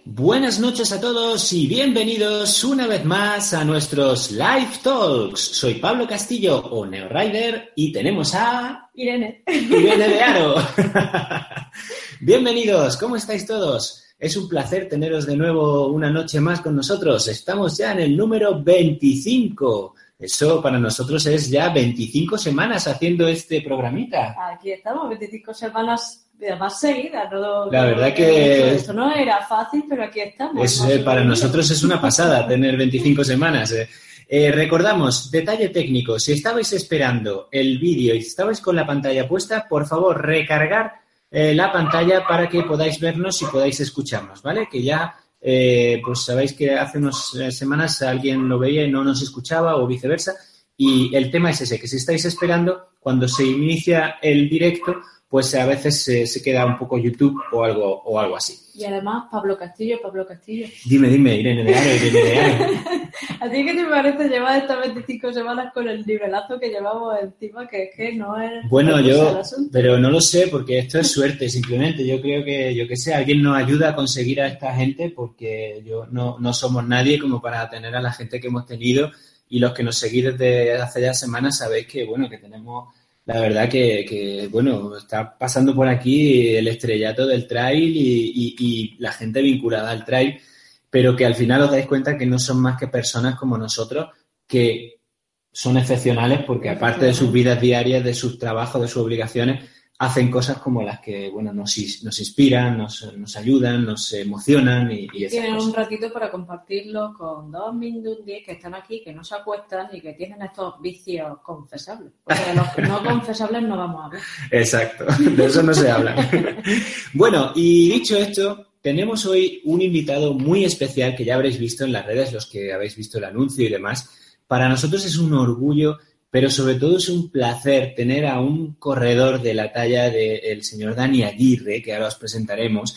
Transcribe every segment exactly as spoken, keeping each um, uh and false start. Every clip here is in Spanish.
Buenas noches a todos y bienvenidos una vez más a nuestros Live Talks. Soy Pablo Castillo o NeoRider y tenemos a... Irene. Irene de Aro. Bienvenidos, ¿cómo estáis todos? Es un placer teneros de nuevo una noche más con nosotros. Estamos ya en el número veinticinco. Eso para nosotros es ya veinticinco semanas haciendo este programita. Aquí estamos, veinticinco semanas más seguidas. No, La verdad no, que... Esto no era fácil, pero aquí estamos. Es, eh, para nosotros es una pasada tener veinticinco semanas. Eh. Eh, recordamos, detalle técnico, si estabais esperando el vídeo y estabais con la pantalla puesta, por favor, recargar eh, la pantalla para que podáis vernos y podáis escucharnos, ¿vale? Que ya, eh, pues sabéis que hace unas semanas alguien lo veía y no nos escuchaba o viceversa. Y el tema es ese, que si estáis esperando, cuando se inicia el directo, pues a veces se, se queda un poco YouTube o algo o algo así. Y además, Pablo Castillo, Pablo Castillo. Dime, dime, Irene de Aro, Irene de Aro. ¿A ti qué te parece llevar estas veinticinco semanas con el nivelazo que llevamos encima? Que es que no es... Bueno, yo, pero no lo sé, porque esto es suerte, simplemente. Yo creo que, yo qué sé, alguien nos ayuda a conseguir a esta gente, porque yo no, no somos nadie como para tener a la gente que hemos tenido, y los que nos seguís desde hace ya semanas sabéis que, bueno, que tenemos... La verdad que, que, bueno, está pasando por aquí el estrellato del trail y, y, y la gente vinculada al trail, pero que al final os dais cuenta que no son más que personas como nosotros que son excepcionales porque aparte de sus vidas diarias, de sus trabajos, de sus obligaciones, hacen cosas como las que, bueno, nos, nos inspiran, nos, nos ayudan, nos emocionan y, y esas Tienen cosas. un ratito para compartirlo con dos mindundis que están aquí, que no se acuestan y que tienen estos vicios confesables. Porque de los no confesables no vamos a hablar. Exacto, de eso no se habla. Bueno, y dicho esto, tenemos hoy un invitado muy especial que ya habréis visto en las redes, los que habéis visto el anuncio y demás. Para nosotros es un orgullo, pero sobre todo es un placer tener a un corredor de la talla del señor Dani Aguirre, que ahora os presentaremos,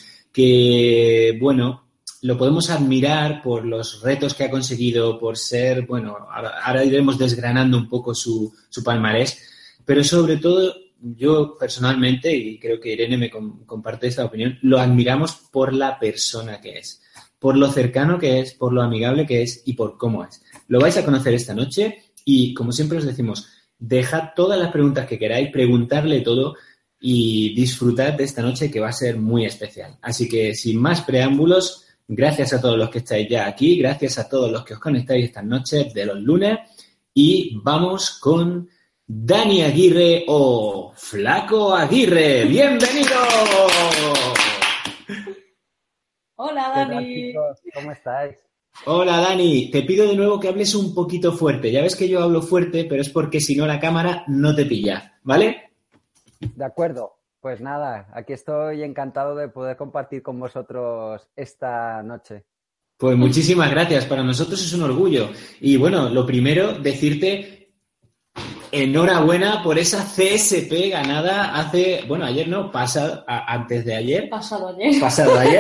que, bueno, lo podemos admirar por los retos que ha conseguido, por ser, bueno, ahora, ahora iremos desgranando un poco su, su palmarés, pero sobre todo yo personalmente, y creo que Irene me com- comparte esta opinión, lo admiramos por la persona que es, por lo cercano que es, por lo amigable que es y por cómo es. Lo vais a conocer esta noche. Y, como siempre os decimos, dejad todas las preguntas que queráis, preguntarle todo y disfrutad de esta noche que va a ser muy especial. Así que, sin más preámbulos, gracias a todos los que estáis ya aquí, gracias a todos los que os conectáis estas noches de los lunes y vamos con Dani Aguirre o Flaco Aguirre. ¡Bienvenido! Hola, ¿Qué tal, Dani. chicos? ¿Cómo estáis? Hola, Dani. Te pido de nuevo que hables un poquito fuerte. Ya ves que yo hablo fuerte, pero es porque si no la cámara no te pilla, ¿vale? De acuerdo. Pues nada, aquí estoy encantado de poder compartir con vosotros esta noche. Pues muchísimas gracias. Para nosotros es un orgullo. Y bueno, lo primero, decirte enhorabuena por esa C S P ganada hace, bueno, ayer no, pasado, a, antes de ayer. Pasado ayer. Pasado ayer.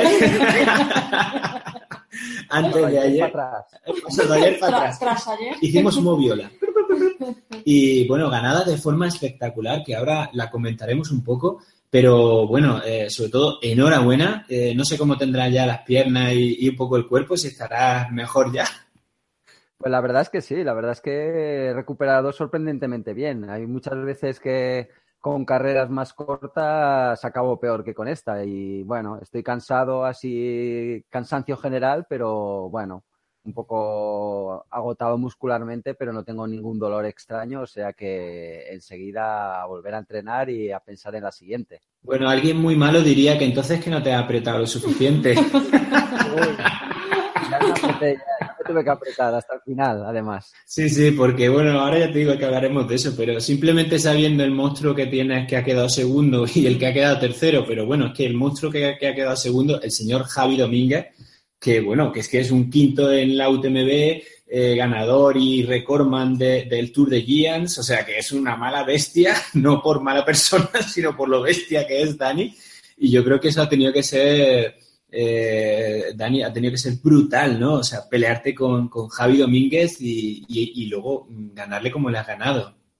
Antes de ayer, para atrás. pasado ayer para atrás. Tras, tras ayer. Hicimos moviola. Y bueno, ganada de forma espectacular, que ahora la comentaremos un poco, pero bueno, eh, sobre todo, enhorabuena. Eh, no sé cómo tendrás ya las piernas y, y un poco el cuerpo, si estarás mejor ya. Pues la verdad es que sí, la verdad es que he recuperado sorprendentemente bien. Hay muchas veces que con carreras más cortas acabo peor que con esta y bueno, estoy cansado, así cansancio general, pero bueno, un poco agotado muscularmente, pero no tengo ningún dolor extraño, o sea que enseguida a volver a entrenar y a pensar en la siguiente. Bueno, alguien muy malo diría que entonces que no te ha apretado lo suficiente. Uy, ya me apreté, ya, ya me tuve que apretar hasta el final, además. Sí, sí, porque bueno, ahora ya te digo que hablaremos de eso, pero simplemente sabiendo el monstruo que tienes que ha quedado segundo y el que ha quedado tercero, pero bueno, es que el monstruo que, que ha quedado segundo, el señor Javi Domínguez, que bueno, que es que es un quinto en la U T M B, eh, ganador y recordman de, del Tour de Giants, o sea que es una mala bestia, no por mala persona, sino por lo bestia que es Dani, y yo creo que eso ha tenido que ser... Eh, Dani, ha tenido que ser brutal, ¿no? O sea, pelearte con, con Javi Domínguez y, y, y luego ganarle como le has ganado.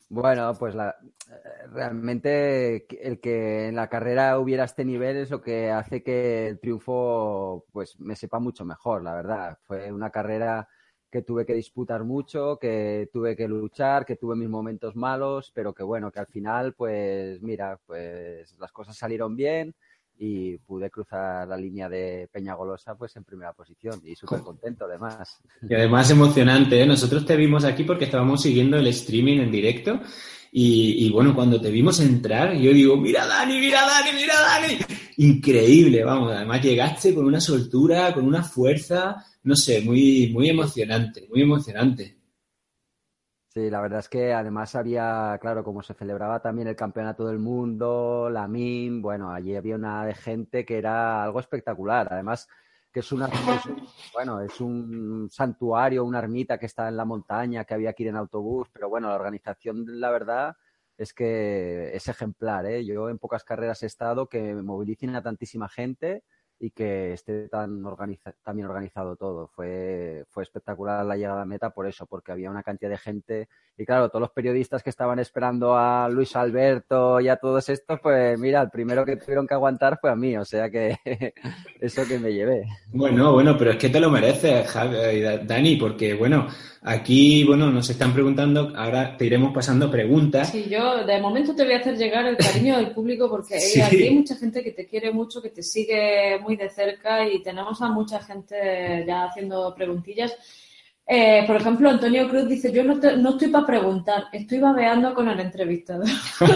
Bueno, pues la, realmente el que en la carrera hubiera este nivel es lo que hace que el triunfo pues me sepa mucho mejor, la verdad. Fue una carrera que tuve que disputar mucho, que tuve que luchar, que tuve mis momentos malos, pero que bueno, que al final pues mira, pues las cosas salieron bien y pude cruzar la línea de Peñagolosa pues en primera posición y súper contento además. Y además emocionante, ¿eh? Nosotros te vimos aquí porque estábamos siguiendo el streaming en directo y, y bueno, cuando te vimos entrar, yo digo, mira Dani, mira Dani, mira Dani. Increíble, vamos, además llegaste con una soltura, con una fuerza, no sé, muy, muy emocionante, muy emocionante. Sí, la verdad es que además había, claro, como se celebraba también el Campeonato del Mundo, la M I M, bueno, allí había una de gente que era algo espectacular. Además, que es una, es un- bueno, es un santuario, una ermita que está en la montaña, que había que ir en autobús, pero bueno, la organización, la verdad, es que es ejemplar, ¿eh? Yo en pocas carreras he estado que movilicen a tantísima gente y que esté tan, organiza tan bien organizado todo. Fue, fue espectacular la llegada a meta por eso, porque había una cantidad de gente y claro, todos los periodistas que estaban esperando a Luis Alberto y a todos estos, pues mira, el primero que tuvieron que aguantar fue a mí, o sea que eso que me llevé. Bueno, bueno, pero es que te lo mereces, Javi, Da- Dani, porque bueno, aquí, bueno, nos están preguntando, ahora te iremos pasando preguntas. Sí, yo de momento te voy a hacer llegar el cariño del público porque Sí. aquí hay mucha gente que te quiere mucho, que te sigue muy de cerca y tenemos a mucha gente ya haciendo preguntillas. Eh, por ejemplo, Antonio Cruz dice, yo no, te- no estoy para preguntar, estoy babeando con el entrevistador.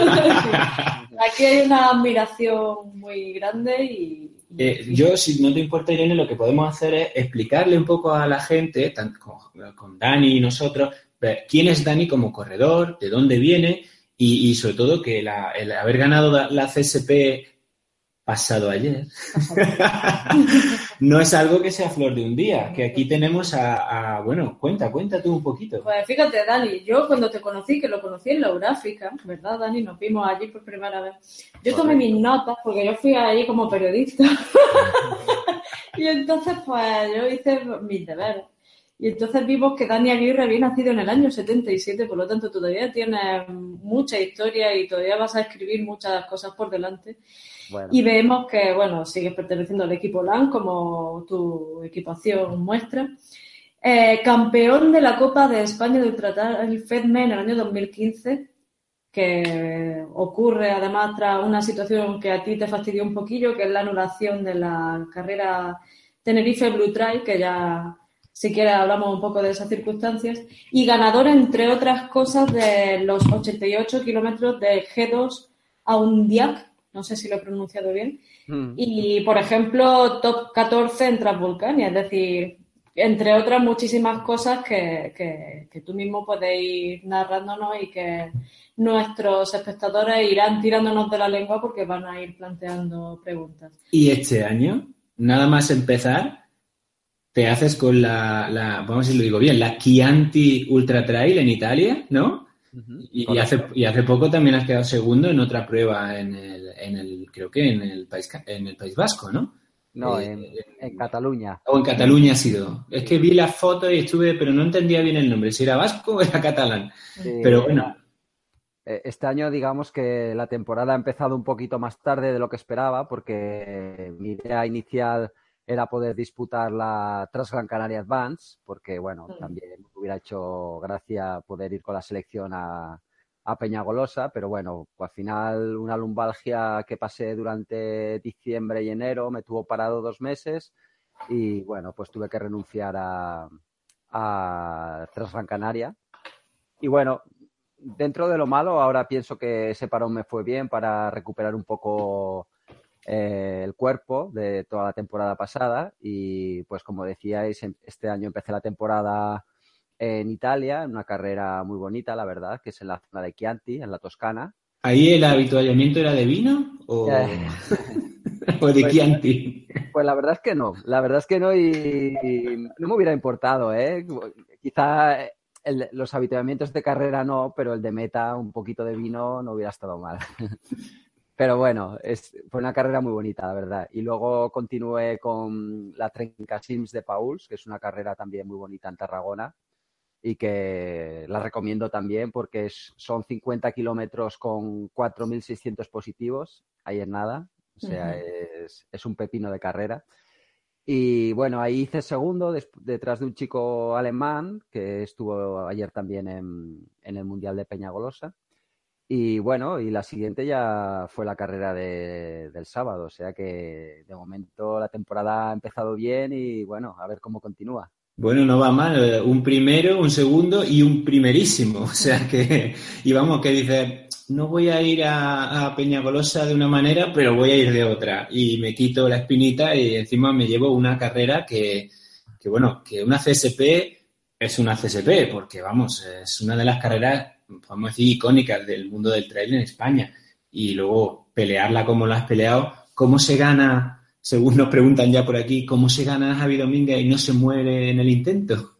Aquí hay una admiración muy grande y, y, en Eh, fin. yo, si no te importa, Irene, lo que podemos hacer es explicarle un poco a la gente, tanto con, con Dani y nosotros, ver quién es Dani como corredor, de dónde viene y, y sobre todo que la- el haber ganado la, la C S P pasado ayer Pasado. no es algo que sea flor de un día, que aquí tenemos a, a- bueno, cuenta, cuenta tú un poquito. Pues fíjate, Dani, yo cuando te conocí, que lo conocí en la Euráfrica, ¿verdad, Dani? Nos vimos allí por primera vez. Yo tomé mis Correcto. notas porque yo fui allí como periodista. Y entonces, pues yo hice mis deberes. Y entonces vimos que Dani Aguirre había nacido en el año setenta y siete, por lo tanto todavía tienes mucha historia y todavía vas a escribir muchas cosas por delante. Bueno, Y vemos que, bueno, sigues perteneciendo al equipo LAN, como tu equipación muestra. Eh, campeón de la Copa de España de Ultratrail Fedme en el año dos mil quince, que ocurre además tras una situación que a ti te fastidió un poquillo, que es la anulación de la carrera Tenerife Blue Trail, que ya si quieres hablamos un poco de esas circunstancias, y ganador, entre otras cosas, de los ochenta y ocho kilómetros de G dos a Undiac, no sé si lo he pronunciado bien, y, por ejemplo, top catorce en Transvolcania, es decir, entre otras muchísimas cosas que, que, que tú mismo puedes ir narrándonos y que nuestros espectadores irán tirándonos de la lengua porque van a ir planteando preguntas. Y este año, nada más empezar, te haces con la, la vamos a ver si lo digo bien, la Chianti Ultra Trail en Italia, ¿no? uh-huh. Y, y hace, Correcto. y hace poco también has quedado segundo en otra prueba en el, en el creo que en el país, en el País Vasco, ¿no? No, Eh, en, en en- Cataluña. o en Cataluña ha sido. Es que Sí, vi las fotos y estuve, pero no entendía bien el nombre, si era vasco o era catalán. sí, Pero era, bueno, eh, este año, digamos que la temporada ha empezado un poquito más tarde de lo que esperaba, porque mi idea inicial era poder disputar la Transgran Canaria Advance, porque, bueno, también me hubiera hecho gracia poder ir con la selección a, a Peñagolosa, pero bueno, al final una lumbalgia que pasé durante diciembre y enero me tuvo parado dos meses y, bueno, pues tuve que renunciar a, a Transgran Canaria. Y bueno, dentro de lo malo, ahora pienso que ese parón me fue bien para recuperar un poco eh, el cuerpo de toda la temporada pasada. Y pues como decíais, este año empecé la temporada en Italia, en una carrera muy bonita, la verdad, que es en la zona de Chianti, en la Toscana. ¿ahí el habituallamiento era de vino Eh, o, o de pues, Chianti? pues la verdad es que no, la verdad es que no y, y no me hubiera importado, ¿eh? Quizá el, los habituamientos de carrera no, pero el de meta, un poquito de vino, no hubiera estado mal. Pero bueno, es, fue una carrera muy bonita, la verdad. Y luego continué con la Trencasims de Pauls, que es una carrera también muy bonita en Tarragona. y que la recomiendo también porque es, son cincuenta kilómetros con cuatro mil seiscientos positivos, ahí es nada, o sea, uh-huh. es, es un pepino de carrera. Y bueno, ahí hice segundo des, detrás de un chico alemán que estuvo ayer también en, en el Mundial de Peñagolosa. Y bueno, y la siguiente ya fue la carrera de, del sábado, o sea que de momento la temporada ha empezado bien y bueno, a ver cómo continúa. Bueno, no va mal, un primero, un segundo y un primerísimo, o sea que, y vamos, que dices, no voy a ir a, a Peñagolosa de una manera, pero voy a ir de otra, y me quito la espinita y encima me llevo una carrera que, que bueno, que una C S P es una C S P, porque vamos, es una de las carreras, podemos decir, icónicas del mundo del trail en España, y luego pelearla como la has peleado, ¿cómo se gana? Según nos preguntan ya por aquí, ¿cómo se gana Javi Domínguez y no se muere en el intento?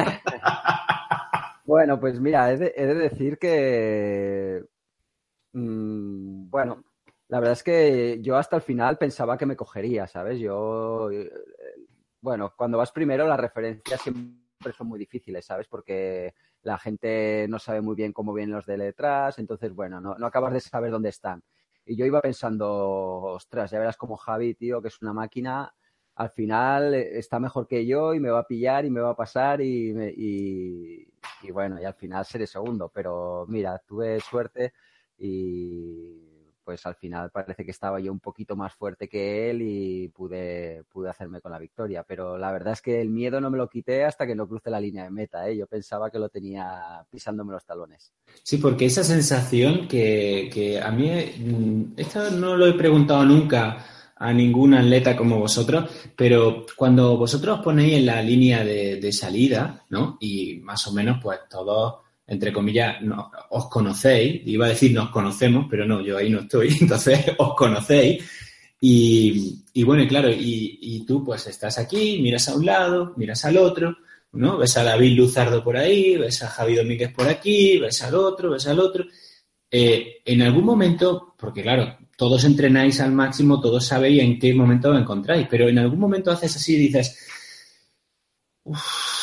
Bueno, pues mira, he de, he de decir que, mmm, bueno, la verdad es que yo hasta el final pensaba que me cogería, ¿sabes? Yo, eh, bueno, cuando vas primero las referencias siempre son muy difíciles, ¿sabes? Porque la gente no sabe muy bien cómo vienen los de detrás, entonces, bueno, no, no acabas de saber dónde están. Y yo iba pensando, ostras, ya verás como Javi, tío, que es una máquina, al final está mejor que yo y me va a pillar y me va a pasar y, me, y, y bueno, y al final seré segundo. Pero mira, tuve suerte y pues al final parece que estaba yo un poquito más fuerte que él y pude, pude hacerme con la victoria. Pero la verdad es que el miedo no me lo quité hasta que no crucé la línea de meta, ¿eh? Yo pensaba que lo tenía pisándome los talones. Sí, porque esa sensación que, que a mí, esto no lo he preguntado nunca a ningún atleta como vosotros, pero cuando vosotros os ponéis en la línea de, de salida, ¿no? Y más o menos, pues todos, entre comillas, no, os conocéis, iba a decir nos conocemos, pero no, yo ahí no estoy, entonces os conocéis. Y, y bueno, y claro, y, y tú pues estás aquí, miras a un lado, miras al otro, ¿no? Ves a David Luzardo por ahí, ves a Javi Domínguez por aquí, ves al otro, ves al otro. Eh, en algún momento, porque claro, todos entrenáis al máximo, todos sabéis en qué momento os encontráis, pero en algún momento haces así y dices, uff,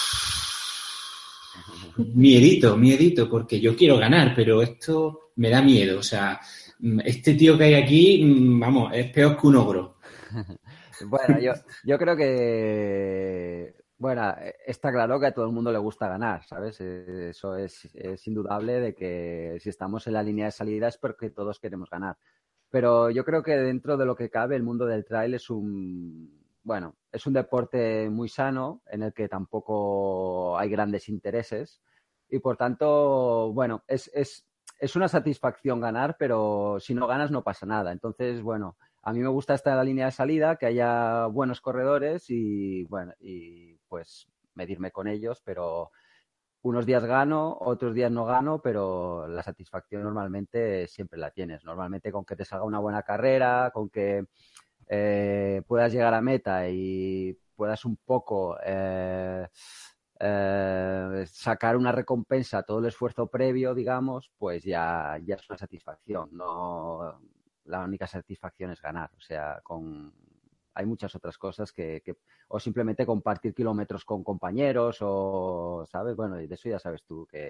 miedito, miedito, porque yo quiero ganar, pero esto me da miedo, o sea, este tío que hay aquí, vamos, es peor que un ogro. Bueno, yo, yo creo que, bueno, está claro que a todo el mundo le gusta ganar, ¿sabes? Eso es, es indudable de que si estamos en la línea de salida es porque todos queremos ganar. Pero yo creo que dentro de lo que cabe el mundo del trail es un, bueno, es un deporte muy sano en el que tampoco hay grandes intereses y por tanto, bueno, es, es, es una satisfacción ganar, pero si no ganas no pasa nada. Entonces, bueno, a mí me gusta estar en la línea de salida, que haya buenos corredores y, bueno, y pues medirme con ellos, pero unos días gano, otros días no gano, pero la satisfacción normalmente siempre la tienes. Normalmente con que te salga una buena carrera, con que eh, puedas llegar a meta y puedas un poco eh, eh, sacar una recompensa a todo el esfuerzo previo, digamos, pues ya, ya es una satisfacción. No, la única satisfacción es ganar. O sea, con hay muchas otras cosas que, que o simplemente compartir kilómetros con compañeros o, ¿sabes? Bueno, y de eso ya sabes tú que...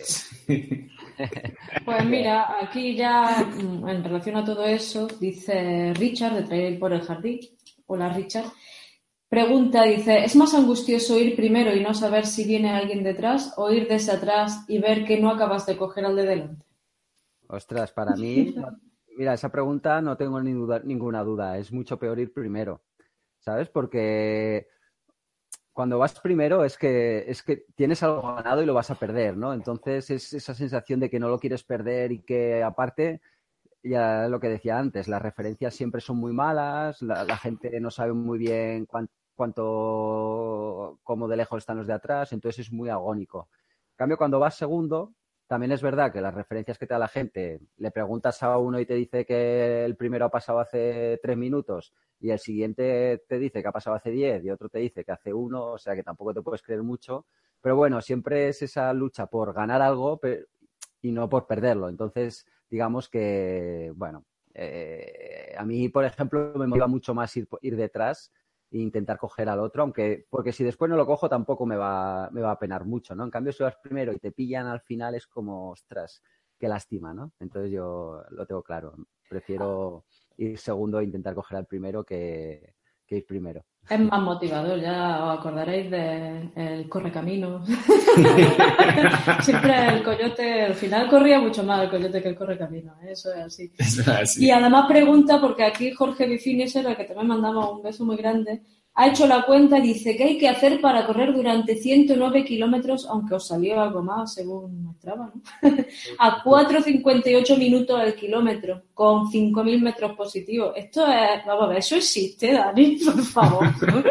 Pues mira, aquí ya en relación a todo eso, dice Richard de Trail por el Jardín. Hola, Richard. Pregunta, dice, ¿es más angustioso ir primero y no saber si viene alguien detrás o ir desde atrás y ver que no acabas de coger al de delante? Ostras, para mí, mira, esa pregunta no tengo ni duda, ninguna duda. Es mucho peor ir primero, ¿sabes? Porque cuando vas primero es que, es que tienes algo ganado y lo vas a perder, ¿no? Entonces es esa sensación de que no lo quieres perder y que aparte, ya lo que decía antes, las referencias siempre son muy malas, la, la gente no sabe muy bien cuánto, cuánto, cómo de lejos están los de atrás, entonces es muy agónico. En cambio, cuando vas segundo, también es verdad que las referencias que te da la gente, le preguntas a uno y te dice que el primero ha pasado hace tres minutos y el siguiente te dice que ha pasado hace diez y otro te dice que hace uno, o sea que tampoco te puedes creer mucho. Pero bueno, siempre es esa lucha por ganar algo pero, y no por perderlo. Entonces, digamos que, bueno, eh, a mí, por ejemplo, me motiva mucho más ir, ir detrás e intentar coger al otro, aunque porque si después no lo cojo tampoco me va, me va a penar mucho, ¿no? En cambio, si vas primero y te pillan al final es como, ostras, qué lástima, ¿no? Entonces yo lo tengo claro. Prefiero ir segundo e intentar coger al primero que, que ir primero. Es más motivador, ya os acordaréis del correcamino. Siempre el coyote, al final corría mucho más el coyote que el correcamino, ¿eh? Eso es así. Eso es así. Y además pregunta, porque aquí Jorge Bifines, el que también mandamos un beso muy grande, ha hecho la cuenta y dice, ¿qué hay que hacer para correr durante ciento nueve kilómetros, aunque os salió algo más según Strava, ¿no? A cuatro cincuenta y ocho minutos el kilómetro, con cinco mil metros positivos. Esto es, vamos a ver, eso existe, Dani, por favor.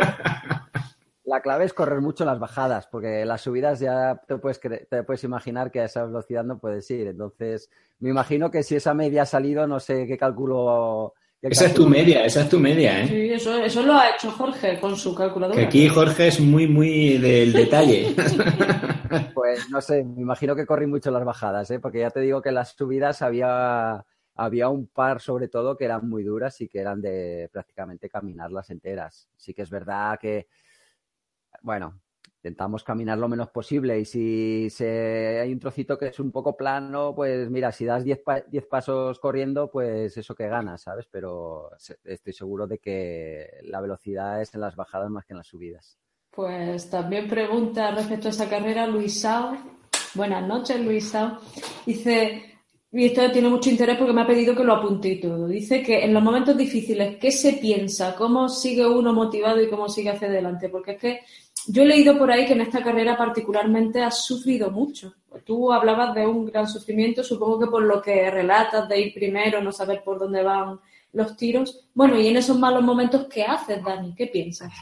La clave es correr mucho las bajadas, porque las subidas ya te puedes, cre- te puedes imaginar que a esa velocidad no puedes ir. Entonces, me imagino que si esa media ha salido, no sé qué cálculo... qué Esa es cálculo- tu media, esa es tu media, ¿eh? Sí, eso, eso lo ha hecho Jorge con su calculadora. Que aquí Jorge es muy, muy del detalle. Pues no sé, me imagino que corrí mucho las bajadas, ¿eh? Porque ya te digo que en las subidas había, había un par sobre todo que eran muy duras y que eran de prácticamente caminarlas enteras. Sí que es verdad que, bueno, intentamos caminar lo menos posible y si se, hay un trocito que es un poco plano, pues mira, si das diez pa- diez pasos corriendo, pues eso que ganas, ¿sabes? Pero se- estoy seguro de que la velocidad es en las bajadas más que en las subidas. Pues también pregunta respecto a esa carrera Luis Sao. Buenas noches, Luis Sao. Dice, y esto tiene mucho interés porque me ha pedido que lo apunte y todo. Dice que en los momentos difíciles, ¿qué se piensa? ¿Cómo sigue uno motivado y cómo sigue hacia adelante? Porque es que yo he leído por ahí que en esta carrera particularmente has sufrido mucho. Tú hablabas de un gran sufrimiento, supongo que por lo que relatas de ir primero, no saber por dónde van los tiros. Bueno, y en esos malos momentos, ¿qué haces, Dani? ¿Qué piensas?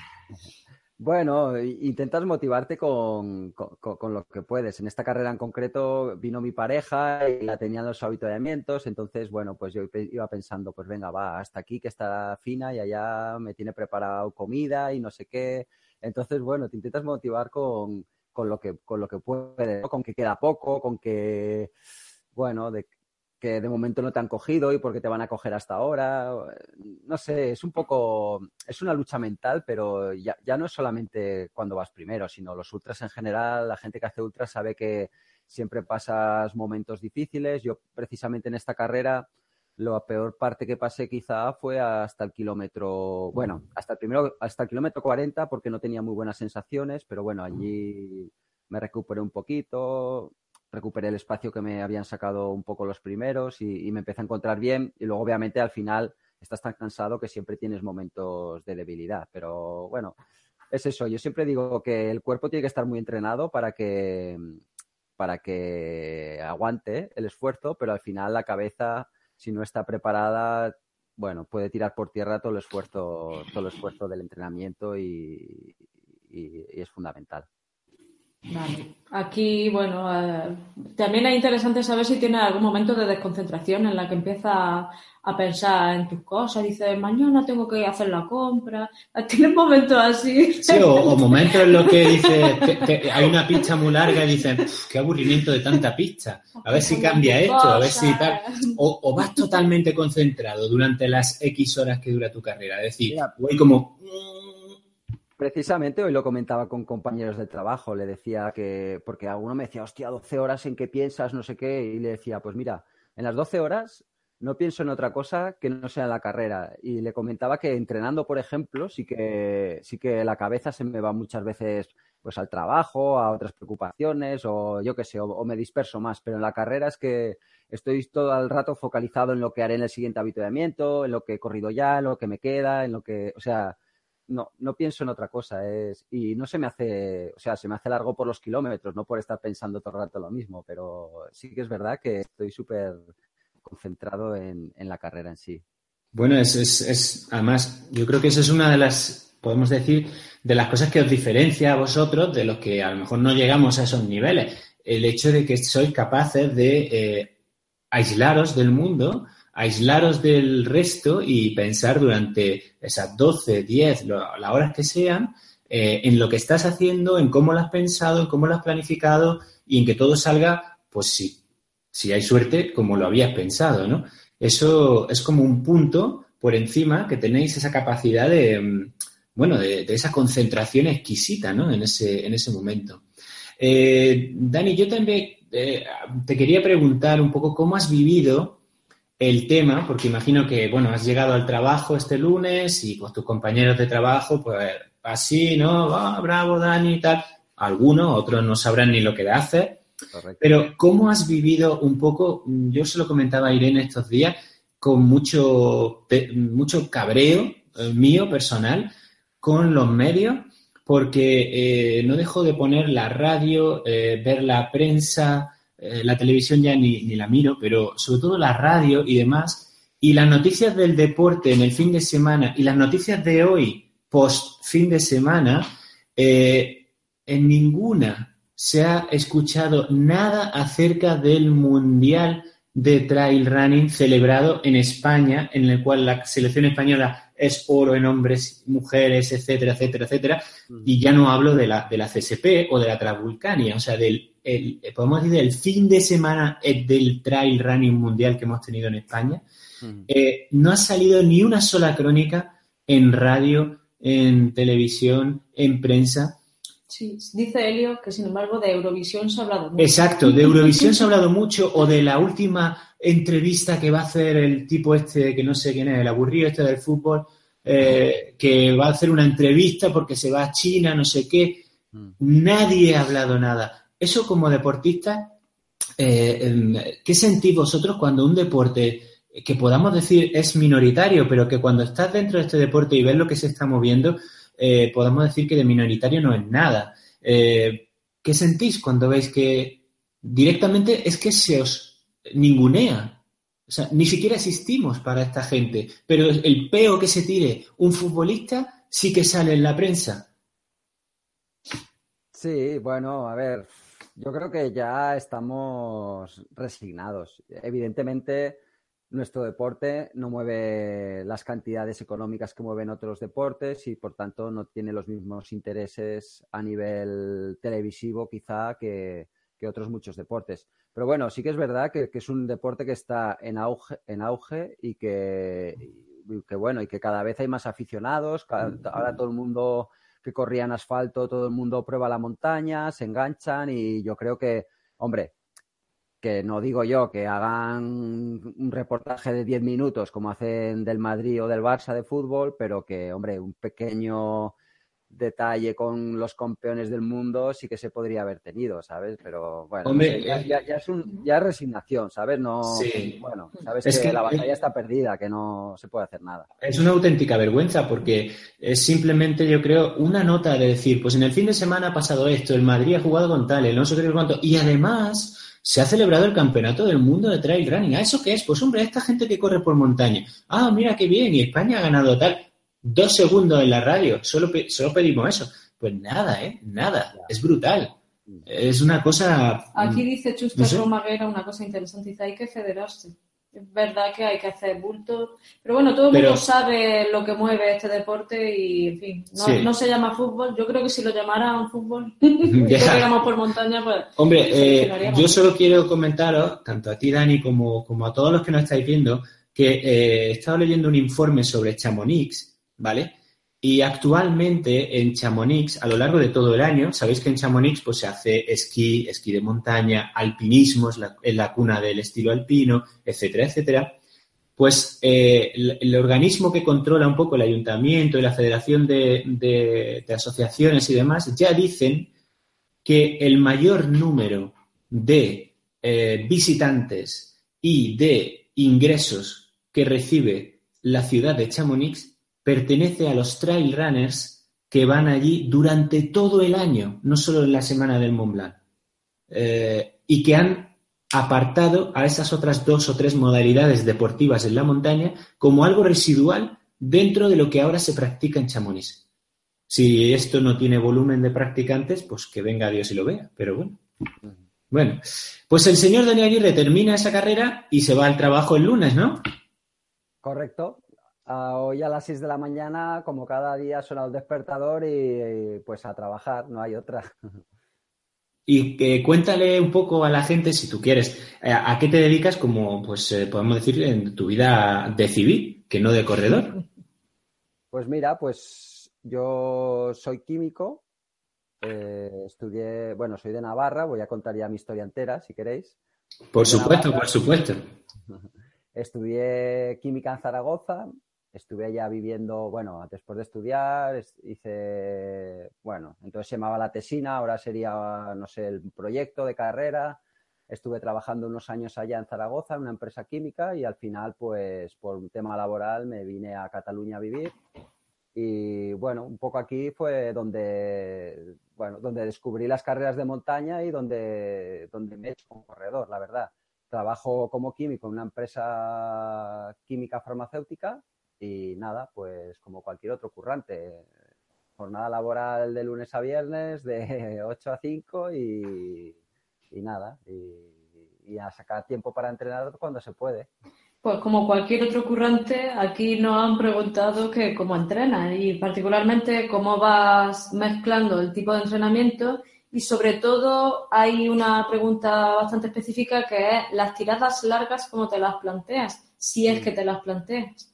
Bueno, i- intentas motivarte con, con- con- con lo que puedes. En esta carrera en concreto vino mi pareja y la tenía en los avituallamientos, entonces, bueno, pues yo pe- iba pensando, pues venga, va, hasta aquí que está fina y allá me tiene preparado comida y no sé qué. Entonces, bueno, te intentas motivar con, con lo que, con lo que puedes, ¿no? Con que queda poco, con que, bueno, de que de momento no te han cogido y porque te van a coger hasta ahora. No sé, es un poco, es una lucha mental, pero ya, ya no es solamente cuando vas primero, sino los ultras en general. La gente que hace ultras sabe que siempre pasas momentos difíciles. Yo precisamente en esta carrera, la peor parte que pasé quizá fue hasta el kilómetro, bueno, hasta el primero, hasta el kilómetro cuarenta porque no tenía muy buenas sensaciones, pero bueno, allí me recuperé un poquito, recuperé el espacio que me habían sacado un poco los primeros y, y me empecé a encontrar bien y luego obviamente al final estás tan cansado que siempre tienes momentos de debilidad, pero bueno, es eso, yo siempre digo que el cuerpo tiene que estar muy entrenado para que, para que aguante el esfuerzo, pero al final la cabeza, si no está preparada, bueno, puede tirar por tierra todo el esfuerzo, todo el esfuerzo del entrenamiento y, y, y es fundamental. Vale. Aquí, bueno, eh, también es interesante saber si tienes algún momento de desconcentración en la que empiezas a, a pensar en tus cosas. Dices, mañana tengo que hacer la compra. ¿Tienes momentos así? Sí, o, o momentos en los que dices, que, que hay una pista muy larga y dices, qué aburrimiento de tanta pista. A ver si cambia esto, a ver si tal. O, o vas totalmente concentrado durante las X horas que dura tu carrera. Es decir, Mira, voy como... precisamente hoy lo comentaba con compañeros de trabajo, le decía que, porque alguno me decía, hostia, doce horas en qué piensas, no sé qué, y le decía, pues mira, en las doce horas no pienso en otra cosa que no sea en la carrera. Y le comentaba que entrenando, por ejemplo, sí que, sí que la cabeza se me va muchas veces pues al trabajo, a otras preocupaciones, o yo qué sé, o, o me disperso más, pero en la carrera es que estoy todo el rato focalizado en lo que haré en el siguiente avituallamiento, en lo que he corrido ya, en lo que me queda, en lo que, o sea... No, no pienso en otra cosa, es, y no se me hace, o sea, se me hace largo por los kilómetros, no por estar pensando todo el rato lo mismo, pero sí que es verdad que estoy súper concentrado en, en la carrera en sí. Bueno, es, es, es, además, yo creo que esa es una de las, podemos decir, de las cosas que os diferencia a vosotros de los que a lo mejor no llegamos a esos niveles. El hecho de que sois capaces de eh, aislaros del mundo, aislaros del resto y pensar durante esas doce, diez, las horas que sean, eh, en lo que estás haciendo, en cómo lo has pensado, en cómo lo has planificado y en que todo salga, pues sí, si hay suerte, como lo habías pensado, ¿no? Eso es como un punto por encima que tenéis esa capacidad de, bueno, de, de esa concentración exquisita, ¿no? En ese, en ese momento. Eh, Dani, yo también eh, te quería preguntar un poco cómo has vivido el tema, porque imagino que, bueno, has llegado al trabajo este lunes y pues tus compañeros de trabajo, pues así, ¿no? Ah, bravo, Dani y tal. Algunos, otros no sabrán ni lo que haces. Correcto. Pero ¿cómo has vivido un poco? Yo se lo comentaba a Irene estos días, con mucho, mucho cabreo eh, mío personal con los medios, porque eh, no dejo de poner la radio, eh, ver la prensa, eh, la televisión ya ni, ni la miro, pero sobre todo la radio y demás, y las noticias del deporte en el fin de semana y las noticias de hoy, post fin de semana, eh, en ninguna se ha escuchado nada acerca del Mundial de Trail Running celebrado en España, en el cual la selección española es oro en hombres, mujeres, etcétera, etcétera, etcétera. Y ya no hablo de la, de la C S P o de la Transvulcania, o sea, del, el, podemos decir, del fin de semana del Trail Running mundial que hemos tenido en España. Uh-huh. Eh, no ha salido ni una sola crónica en radio, en televisión, en prensa. Sí, dice Elio que, sin embargo, de Eurovisión se ha hablado mucho. Exacto, de Eurovisión se ha hablado mucho, o de la última entrevista que va a hacer el tipo este, que no sé quién es, el aburrido este del fútbol, eh, que va a hacer una entrevista porque se va a China, no sé qué. Nadie ha hablado nada. Eso, como deportista, eh, ¿qué sentís vosotros cuando un deporte que podamos decir es minoritario, pero que cuando estás dentro de este deporte y ves lo que se está moviendo, Eh, podemos decir que de minoritario no es nada? Eh, ¿Qué sentís cuando veis que directamente es que se os ningunea? O sea, ni siquiera existimos para esta gente, pero el peo que se tire un futbolista sí que sale en la prensa. Sí, bueno, a ver, yo creo que ya estamos resignados. Evidentemente, nuestro deporte no mueve las cantidades económicas que mueven otros deportes y, por tanto, no tiene los mismos intereses a nivel televisivo, quizá, que, que otros muchos deportes. Pero bueno, sí que es verdad que, que es un deporte que está en auge, en auge y que, y que, bueno, y que cada vez hay más aficionados. Ahora todo el mundo que corría en asfalto, todo el mundo prueba la montaña, se enganchan y yo creo que, hombre, que no digo yo que hagan un reportaje de diez minutos como hacen del Madrid o del Barça de fútbol, pero que, hombre, un pequeño detalle con los campeones del mundo sí que se podría haber tenido, ¿sabes? Pero bueno, hombre, no sé, ya, ya, ya, es un, ya es resignación, ¿sabes? No, sí. Bueno, sabes es que, que la batalla está perdida, que no se puede hacer nada. Es una auténtica vergüenza porque es simplemente, yo creo, una nota de decir, pues en el fin de semana ha pasado esto, el Madrid ha jugado con tal, el no sé qué cuánto, y además se ha celebrado el campeonato del mundo de trail running. ¿Ah, eso qué es? Pues hombre, esta gente que corre por montaña. Ah, mira qué bien, y España ha ganado tal. Dos segundos en la radio, solo, solo pedimos eso. Pues nada, ¿eh? Nada. Es brutal. Es una cosa... Aquí dice Chuster no sé. Romaguera una cosa interesante, dice, hay que federarse. Es verdad que hay que hacer bultos, pero bueno, todo el mundo pero, sabe lo que mueve este deporte y, en fin, no, sí. no se llama fútbol. Yo creo que si lo llamaran fútbol, y corriéramos por montaña, pues... Hombre, eh, yo solo quiero comentaros, tanto a ti, Dani, como, como a todos los que nos estáis viendo, que eh, he estado leyendo un informe sobre Chamonix, ¿vale? Y actualmente en Chamonix, a lo largo de todo el año, sabéis que en Chamonix pues, se hace esquí, esquí de montaña, alpinismo, es la, es la cuna del estilo alpino, etcétera, etcétera. Pues eh, el, el organismo que controla un poco el ayuntamiento y la federación de, de, de asociaciones y demás ya dicen que el mayor número de eh, visitantes y de ingresos que recibe la ciudad de Chamonix pertenece a los trail runners que van allí durante todo el año, no solo en la semana del Mont Blanc, eh, y que han apartado a esas otras dos o tres modalidades deportivas en la montaña como algo residual dentro de lo que ahora se practica en Chamonix. Si esto no tiene volumen de practicantes, pues que venga Dios y lo vea, pero bueno. Bueno, pues el señor Dani Aguirre termina esa carrera y se va al trabajo el lunes, ¿no? Correcto. Uh, hoy a las seis de la mañana, como cada día, suena el despertador y, y pues a trabajar, no hay otra. Y eh, cuéntale un poco a la gente, si tú quieres, eh, a qué te dedicas como, pues eh, podemos decir, en tu vida de civil, que no de corredor. Pues mira, pues yo soy químico, eh, estudié, bueno, soy de Navarra, voy a contar ya mi historia entera, si queréis. Por Soy de supuesto, Navarra, por supuesto. estudié química en Zaragoza, estuve allá viviendo, bueno, después de estudiar, es- hice, bueno, entonces se llamaba la tesina, ahora sería, no sé, el proyecto de carrera. Estuve trabajando unos años allá en Zaragoza, en una empresa química, y al final, pues, por un tema laboral me vine a Cataluña a vivir. Y bueno, un poco aquí fue donde, bueno, donde descubrí las carreras de montaña y donde, donde me he hecho como corredor, la verdad. Trabajo como químico en una empresa química farmacéutica y nada, pues como cualquier otro currante. Jornada laboral de lunes a viernes, de ocho a cinco y, y nada, y, y a sacar tiempo para entrenar cuando se puede. Pues como cualquier otro currante, aquí nos han preguntado que cómo entrenas y particularmente cómo vas mezclando el tipo de entrenamiento y sobre todo hay una pregunta bastante específica que es las tiradas largas, ¿cómo te las planteas? Si es que te las planteas.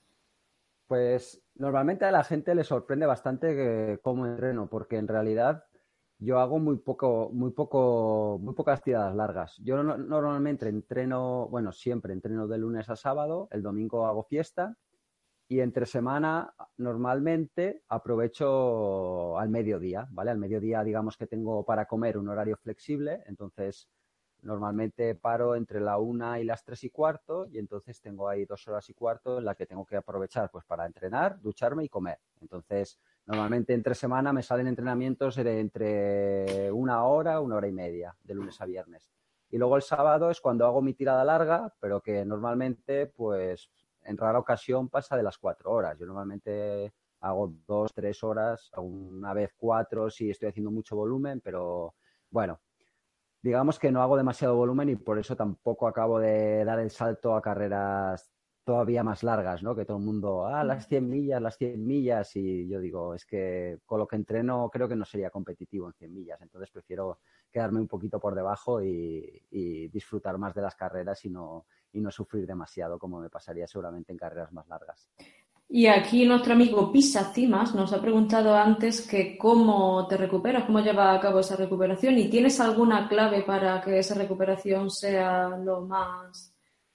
Pues normalmente a la gente le sorprende bastante que cómo entreno, porque en realidad yo hago muy poco, muy poco, muy pocas tiradas largas. Yo no- normalmente entreno, bueno, siempre entreno de lunes a sábado, el domingo hago fiesta y entre semana normalmente aprovecho al mediodía, ¿vale? Al mediodía digamos que tengo para comer un horario flexible, entonces normalmente paro entre la una y las tres y cuarto y entonces tengo ahí dos horas y cuarto en la que tengo que aprovechar pues para entrenar, ducharme y comer. Entonces, normalmente entre semana me salen entrenamientos de entre una hora, una hora y media, de lunes a viernes. Y luego el sábado es cuando hago mi tirada larga, pero que normalmente, pues, en rara ocasión pasa de las cuatro horas. Yo normalmente hago dos, tres horas, una vez cuatro si estoy haciendo mucho volumen, pero bueno, digamos que no hago demasiado volumen y por eso tampoco acabo de dar el salto a carreras todavía más largas, ¿no? Que todo el mundo, ah, las cien millas, las cien millas, y yo digo, es que con lo que entreno creo que no sería competitivo en cien millas, entonces prefiero quedarme un poquito por debajo y, y disfrutar más de las carreras y no, y no sufrir demasiado como me pasaría seguramente en carreras más largas. Y aquí nuestro amigo Pisa Cimas nos ha preguntado antes que cómo te recuperas, cómo llevas a cabo esa recuperación y tienes alguna clave para que esa recuperación sea lo más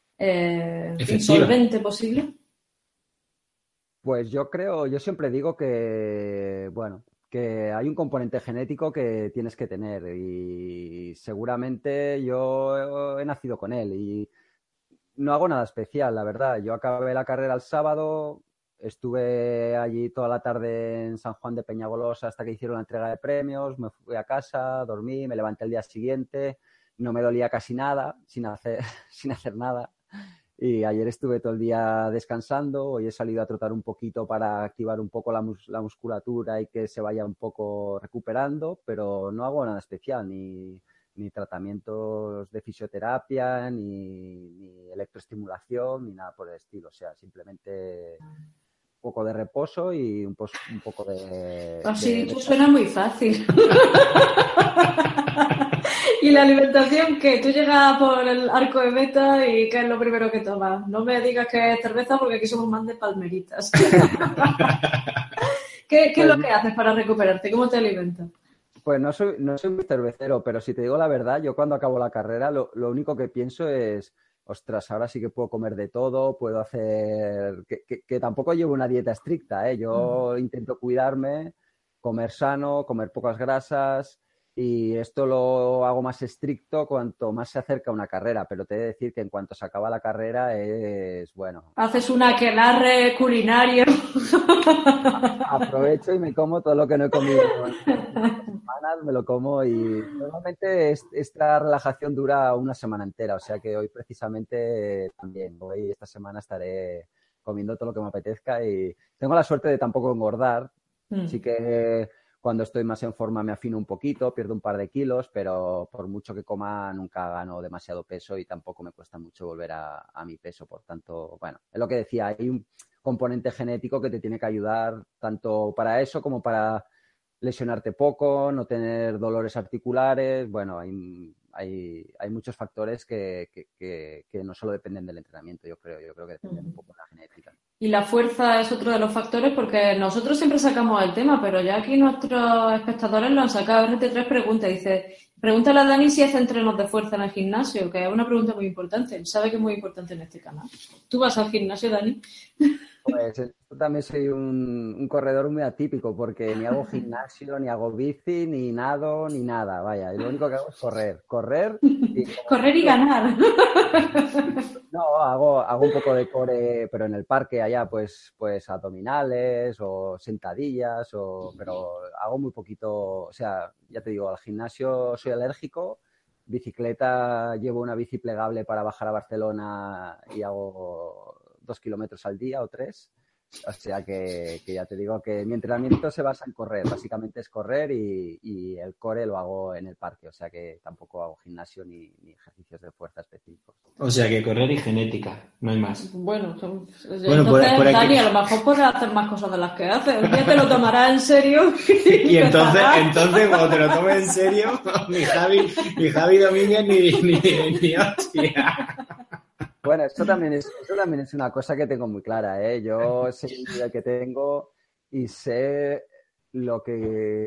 eh, en fin, Efectiva. solvente posible. Pues yo creo, yo siempre digo que, bueno, que hay un componente genético que tienes que tener y seguramente yo he nacido con él y no hago nada especial, la verdad. Yo acabé la carrera el sábado, estuve allí toda la tarde en San Juan de Peñagolosa hasta que hicieron la entrega de premios, me fui a casa, dormí, me levanté el día siguiente, no me dolía casi nada, sin hacer, sin hacer nada. Y ayer estuve todo el día descansando, hoy he salido a trotar un poquito para activar un poco la, mus la musculatura y que se vaya un poco recuperando, pero no hago nada especial, ni, ni tratamientos de fisioterapia, ni, ni electroestimulación, ni nada por el estilo. O sea, simplemente un poco de reposo y un, pos un poco de, Así de dicho descanso. suena muy fácil. Y la alimentación, que tú llegas por el arco de meta y ¿qué es lo primero que tomas? No me digas que es cerveza porque aquí somos más de palmeritas. ¿Qué, qué es Pues, lo que haces para recuperarte? ¿Cómo te alimentas? pues no soy, no soy muy cervecero, pero si te digo la verdad, yo cuando acabo la carrera lo, lo único que pienso es, ostras, ahora sí que puedo comer de todo, puedo hacer, que, que, que tampoco llevo una dieta estricta, ¿eh? Yo intento cuidarme, comer sano, comer pocas grasas y esto lo hago más estricto cuanto más se acerca una carrera, pero te he de decir que en cuanto se acaba la carrera es, bueno, Haces un aquelarre culinario. aprovecho y me como todo lo que no he comido en semanas, me lo como y normalmente es, esta relajación dura una semana entera, o sea que hoy precisamente también, hoy esta semana estaré comiendo todo lo que me apetezca y tengo la suerte de tampoco engordar, sí que cuando estoy más en forma me afino un poquito, pierdo un par de kilos, pero por mucho que coma nunca gano demasiado peso y tampoco me cuesta mucho volver a, a mi peso, por tanto, bueno, es lo que decía, hay un componente genético que te tiene que ayudar tanto para eso como para lesionarte poco, no tener dolores articulares. Bueno, hay, hay, hay muchos factores que, que, que, que no solo dependen del entrenamiento, yo creo, yo creo que dependen un poco de la genética. Y la fuerza es otro de los factores porque nosotros siempre sacamos el tema, pero ya aquí nuestros espectadores lo han sacado. R T tres pregunta, dice, pregúntale a Dani si hace entrenos de fuerza en el gimnasio, que es una pregunta muy importante. Él sabe que es muy importante en este canal. ¿Tú vas al gimnasio, Dani? Pues yo también soy un, un corredor muy atípico porque ni hago gimnasio, ni hago bici, ni nado, ni nada. Vaya, y lo único que hago es correr. Correr y... correr y ganar. No, hago, hago un poco de core, pero en el parque allá, pues, pues abdominales o sentadillas, o, pero hago muy poquito, o sea, ya te digo, al gimnasio soy alérgico, bicicleta, llevo una bici plegable para bajar a Barcelona y hago dos kilómetros al día o tres. O sea que, que ya te digo que mi entrenamiento se basa en correr, básicamente es correr y, y el core lo hago en el parque, o sea que tampoco hago gimnasio ni, ni ejercicios de fuerza específicos. O sea que correr y genética, no hay más. Bueno, son, bueno entonces, por, por Dani, aquí... a lo mejor podrás hacer más cosas de las que haces. Un día te lo tomarás en serio. Y, y entonces, entonces, cuando te lo tomes en serio, ni Javi, ni Javi Domínguez ni, ni, ni hostia. Bueno, esto también es, esto también es una cosa que tengo muy clara, ¿eh? Yo sé el nivel que tengo y sé lo que...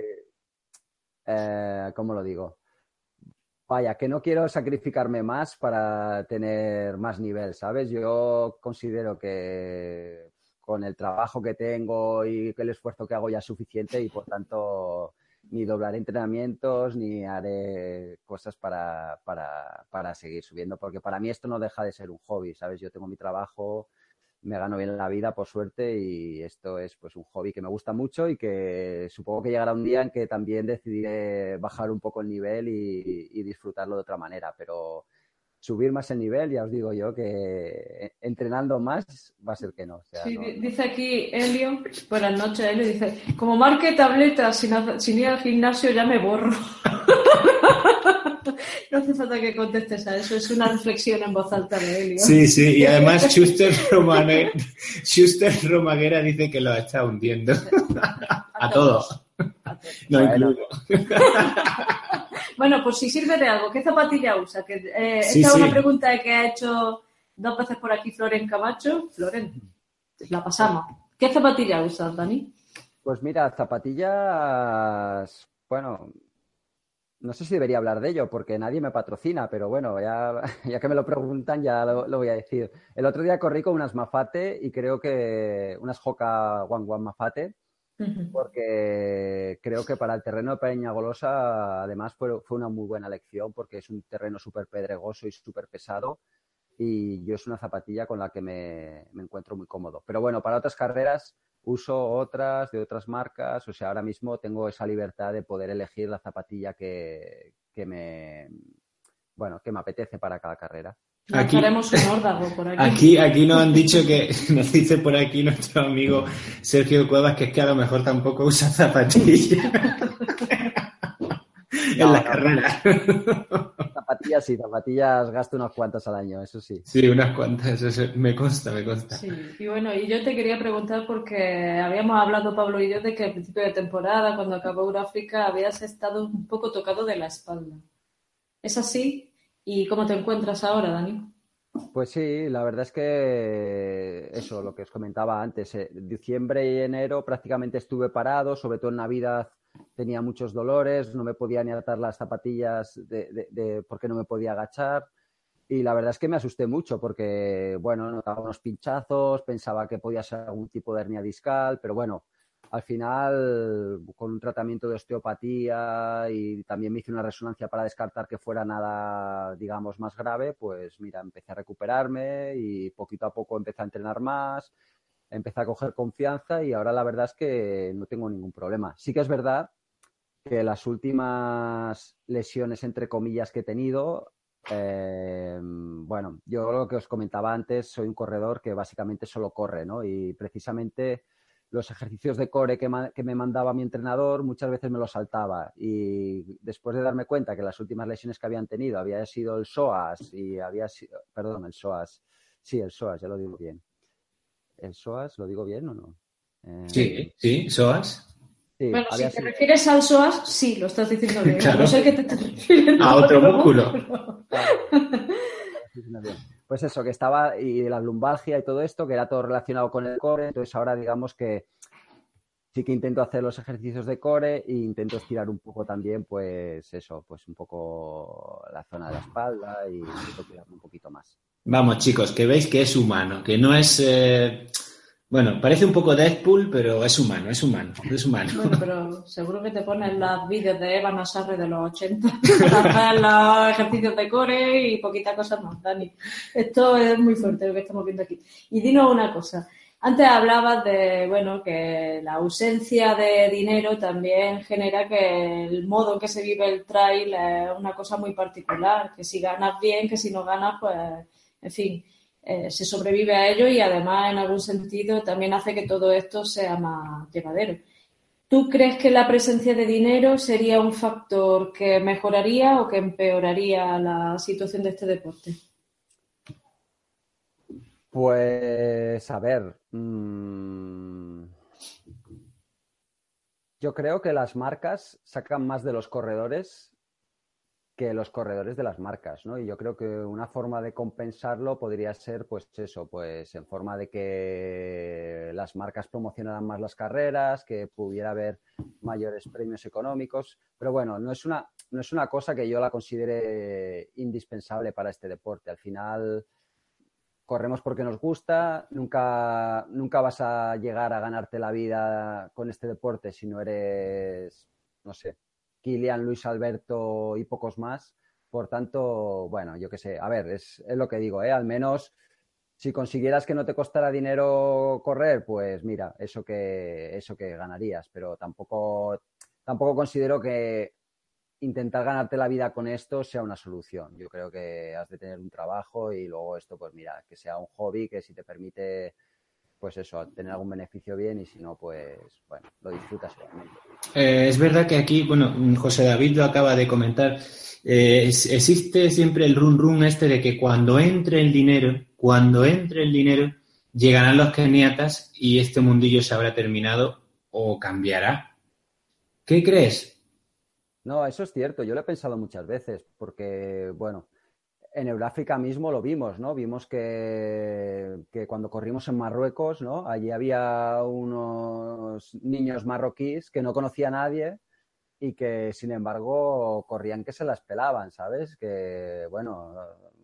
Eh, ¿cómo lo digo? Vaya, que no quiero sacrificarme más para tener más nivel, ¿sabes? Yo considero que con el trabajo que tengo y el esfuerzo que hago ya es suficiente y, por tanto, ni doblaré entrenamientos ni haré cosas para, para, para seguir subiendo, porque para mí esto no deja de ser un hobby, ¿sabes? Yo tengo mi trabajo, me gano bien la vida, por suerte, y esto es pues un hobby que me gusta mucho y que supongo que llegará un día en que también decidiré bajar un poco el nivel y, y disfrutarlo de otra manera, pero subir más el nivel, ya os digo yo que entrenando más va a ser que no. O sea, sí, no, no. Dice aquí Helio, buenas noches, Helio, dice, como marque tableta sin, sin ir al gimnasio ya me borro. No hace falta que contestes a eso, es una reflexión en voz alta de Helio. Sí, sí, y además Schuster Romaguera, Schuster Romaguera dice que lo está hundiendo. A, a todos. A todos. No Bueno. incluyo. Bueno, pues si sirve de algo, ¿qué zapatilla usa? Que, eh, Sí, esta es sí. una pregunta que ha hecho dos veces por aquí Floren Camacho. Floren, la pasamos. ¿Qué zapatilla usas, Dani? Pues mira, zapatillas, bueno, no sé si debería hablar de ello porque nadie me patrocina, pero bueno, ya, ya que me lo preguntan ya lo, lo voy a decir. El otro día corrí con unas Mafate y creo que unas Hoka One One Mafate, Uh-huh. porque creo que para el terreno de Peñagolosa además fue, fue una muy buena elección porque es un terreno súper pedregoso y súper pesado y yo es una zapatilla con la que me, me encuentro muy cómodo. Pero bueno, para otras carreras uso otras de otras marcas, o sea, ahora mismo tengo esa libertad de poder elegir la zapatilla que, que me, bueno, que me apetece para cada carrera. Aquí, haremos un órdago por aquí. Aquí, aquí nos han dicho que, nos dice por aquí nuestro amigo Sergio Cuevas, que es que a lo mejor tampoco usa zapatillas en No, las no. carreras. Zapatillas sí, zapatillas gasto unas cuantas al año, eso sí. Sí, unas cuantas, eso me consta, me consta. Sí, y bueno, y yo te quería preguntar porque habíamos hablado, Pablo y yo, de que al principio de temporada, cuando acabó Euráfrica, habías estado un poco tocado de la espalda. ¿Es así? ¿Y cómo te encuentras ahora, Dani? Pues sí, la verdad es que eso, lo que os comentaba antes, eh, diciembre y enero prácticamente estuve parado, sobre todo en Navidad tenía muchos dolores, no me podía ni atar las zapatillas de, de, de, porque no me podía agachar y la verdad es que me asusté mucho porque, bueno, notaba unos pinchazos, pensaba que podía ser algún tipo de hernia discal, pero bueno, al final con un tratamiento de osteopatía y también me hice una resonancia para descartar que fuera nada, digamos, más grave, pues mira, empecé a recuperarme y poquito a poco empecé a entrenar más, empecé a coger confianza y ahora la verdad es que no tengo ningún problema. Sí que es verdad que las últimas lesiones, entre comillas, que he tenido, eh, bueno, yo lo que os comentaba antes, soy un corredor que básicamente solo corre, ¿no? Y precisamente los ejercicios de core que, ma- que me mandaba mi entrenador muchas veces me los saltaba y después de darme cuenta que las últimas lesiones que habían tenido había sido el psoas y había sido, perdón, el psoas, sí, el psoas, ya lo digo bien. ¿El psoas lo digo bien o no? Eh, Sí, sí, ¿soas? sí, Bueno, si había te sido... refieres al psoas, sí, lo estás diciendo bien. Claro. No sé qué te, te refieres A otro músculo. Claro. Pues pues eso, que estaba, y la lumbalgia y todo esto, que era todo relacionado con el core, entonces ahora digamos que sí que intento hacer los ejercicios de core e intento estirar un poco también, pues eso, pues un poco la zona de la espalda y intento cuidarme un poquito más. Vamos, chicos, que veis que es humano, que no es... Eh... Bueno, parece un poco Deadpool, pero es humano, es humano, es humano. Bueno, pero seguro que te ponen los vídeos de Eva Nassarre de los ochenta para hacer los ejercicios de core y poquita cosa más, Dani. Esto es muy fuerte lo que estamos viendo aquí. Y dinos una cosa. Antes hablabas de, bueno, que la ausencia de dinero también genera que el modo en que se vive el trail es una cosa muy particular, que si ganas bien, que si no ganas, pues, en fin... Eh, se sobrevive a ello y además en algún sentido también hace que todo esto sea más llevadero. ¿Tú crees que la presencia de dinero sería un factor que mejoraría o que empeoraría la situación de este deporte? Pues, a ver, mmm, yo creo que las marcas sacan más de los corredores que los corredores de las marcas, ¿no? Y yo creo que una forma de compensarlo podría ser, pues eso, pues en forma de que las marcas promocionaran más las carreras, que pudiera haber mayores premios económicos, pero bueno, no es una, no es una cosa que yo la considere indispensable para este deporte. Al final corremos porque nos gusta, nunca, nunca vas a llegar a ganarte la vida con este deporte si no eres, no sé, Kilian, Luis Alberto y pocos más. Por tanto, bueno, yo qué sé. A ver, es, es lo que digo, ¿eh? Al menos si consiguieras que no te costara dinero correr, pues mira, eso que, eso que ganarías. Pero tampoco, tampoco considero que intentar ganarte la vida con esto sea una solución. Yo creo que has de tener un trabajo y luego esto, pues mira, que sea un hobby que si te permite... pues eso, tener algún beneficio bien y si no, pues bueno, lo disfrutas igualmente. Eh, es verdad que aquí, bueno, José David lo acaba de comentar, eh, es, existe siempre el run run este de que cuando entre el dinero, cuando entre el dinero, llegarán los keniatas y este mundillo se habrá terminado o cambiará. ¿Qué crees? No, eso es cierto, yo lo he pensado muchas veces, porque, bueno, en Euráfrica mismo lo vimos, ¿no? Vimos que, que cuando corrimos en Marruecos, ¿no? Allí había unos niños marroquíes que no conocía a nadie y que, sin embargo, corrían que se las pelaban, ¿sabes? Que, bueno,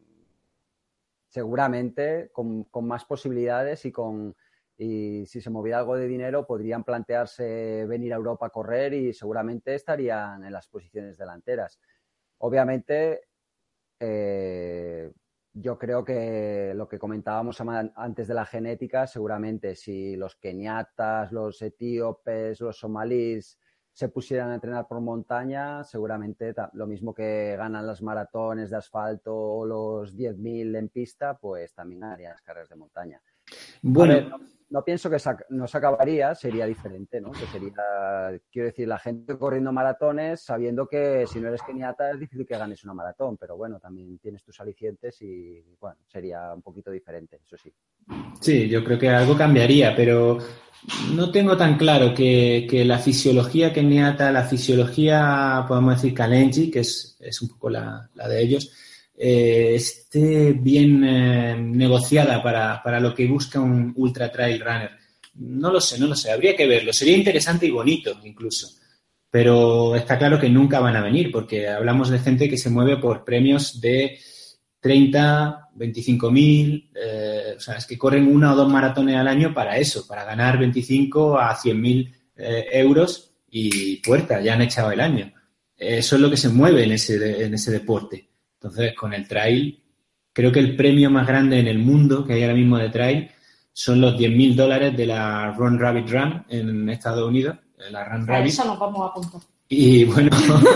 seguramente con, con más posibilidades y con... y si se moviera algo de dinero podrían plantearse venir a Europa a correr y seguramente estarían en las posiciones delanteras. Obviamente... Eh, yo creo que lo que comentábamos antes de la genética, seguramente si los keniatas, los etíopes, los somalíes se pusieran a entrenar por montaña, seguramente lo mismo que ganan las maratones de asfalto o los diez mil en pista, pues también ganarían las carreras de montaña. Bueno, a ver, no, no pienso que se, no se acabaría, sería diferente, ¿no? Que sería, quiero decir, la gente corriendo maratones sabiendo que si no eres keniata es difícil que ganes una maratón, pero bueno, también tienes tus alicientes y, bueno, sería un poquito diferente, eso sí. Sí, yo creo que algo cambiaría, pero no tengo tan claro que, que la fisiología keniata, la fisiología, podemos decir, Kalenji, que es, es un poco la, la de ellos, eh, esté bien eh, negociada para, para lo que busca un ultra trail runner. No lo sé, no lo sé, habría que verlo. Sería interesante y bonito incluso, pero está claro que nunca van a venir porque hablamos de gente que se mueve por premios de treinta, veinticinco mil, eh, o sea, es que corren una o dos maratones al año para eso, para ganar veinticinco a cien mil eh, euros y puerta, ya han echado el año. Eso es lo que se mueve en ese, en ese deporte. Entonces, con el trail, creo que el premio más grande en el mundo que hay ahora mismo de trail son los diez mil dólares de la Run Rabbit Run en Estados Unidos, la Run A Rabbit. esa nos vamos a apuntar. Y bueno,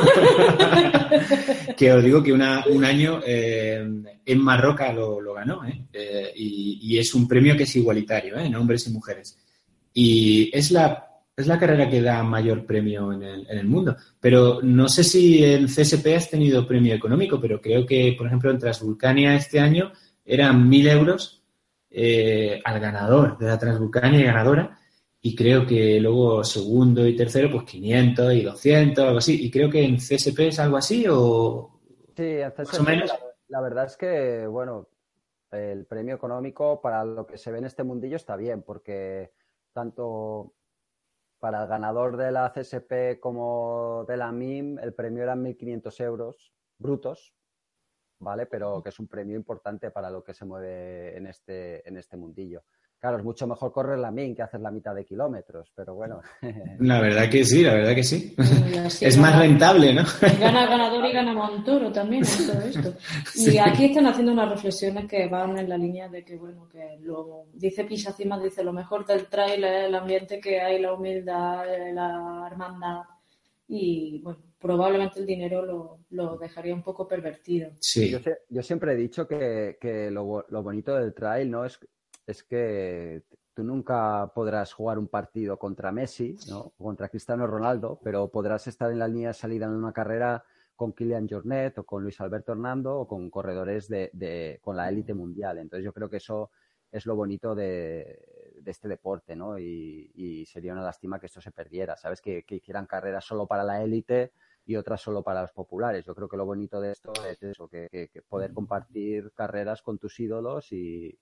que os digo que una, un año eh, en Marroca lo, lo ganó, ¿eh? Eh, y, y es un premio que es igualitario, ¿eh? En hombres y mujeres. Y es la, es la carrera que da mayor premio en el, en el mundo. Pero no sé si el C S P ha tenido premio económico, pero creo que, por ejemplo, en Transvulcania este año eran mil euros eh, al ganador de la Transvulcania y ganadora. Y creo que luego segundo y tercero, pues quinientos y doscientos, algo así. Y creo que en C S P es algo así o... Sí, en más o menos. La, la verdad es que, bueno, el premio económico para lo que se ve en este mundillo está bien, porque tanto para el ganador de la C S P como de la M I M, el premio eran mil quinientos euros brutos, ¿vale? Pero que es un premio importante para lo que se mueve en este, en este mundillo. Claro, es mucho mejor correr la M I M que hacer la mitad de kilómetros, pero bueno. La verdad que sí, la verdad que sí. Sí, es gana, más rentable, ¿no? Gana ganador y gana Montoro también en todo esto. Y sí. Aquí están haciendo unas reflexiones que van en la línea de que, bueno, que lo dice Pisacima, dice lo mejor del trail es el ambiente que hay, la humildad, la hermandad y, bueno, probablemente el dinero lo, lo dejaría un poco pervertido. Sí. Yo, sé, yo siempre he dicho que, que lo, lo bonito del trail, ¿no? Es, es que tú nunca podrás jugar un partido contra Messi, ¿no? O contra Cristiano Ronaldo, pero podrás estar en la línea de salida en una carrera con Kilian Jornet o con Luis Alberto Hernando o con corredores de, de, con la élite mundial. Entonces yo creo que eso es lo bonito de, de este deporte, ¿no? Y, y sería una lástima que esto se perdiera, ¿sabes? Que, que hicieran carreras solo para la élite y otras solo para los populares. Yo creo que lo bonito de esto es eso, que, que, que poder compartir carreras con tus ídolos y,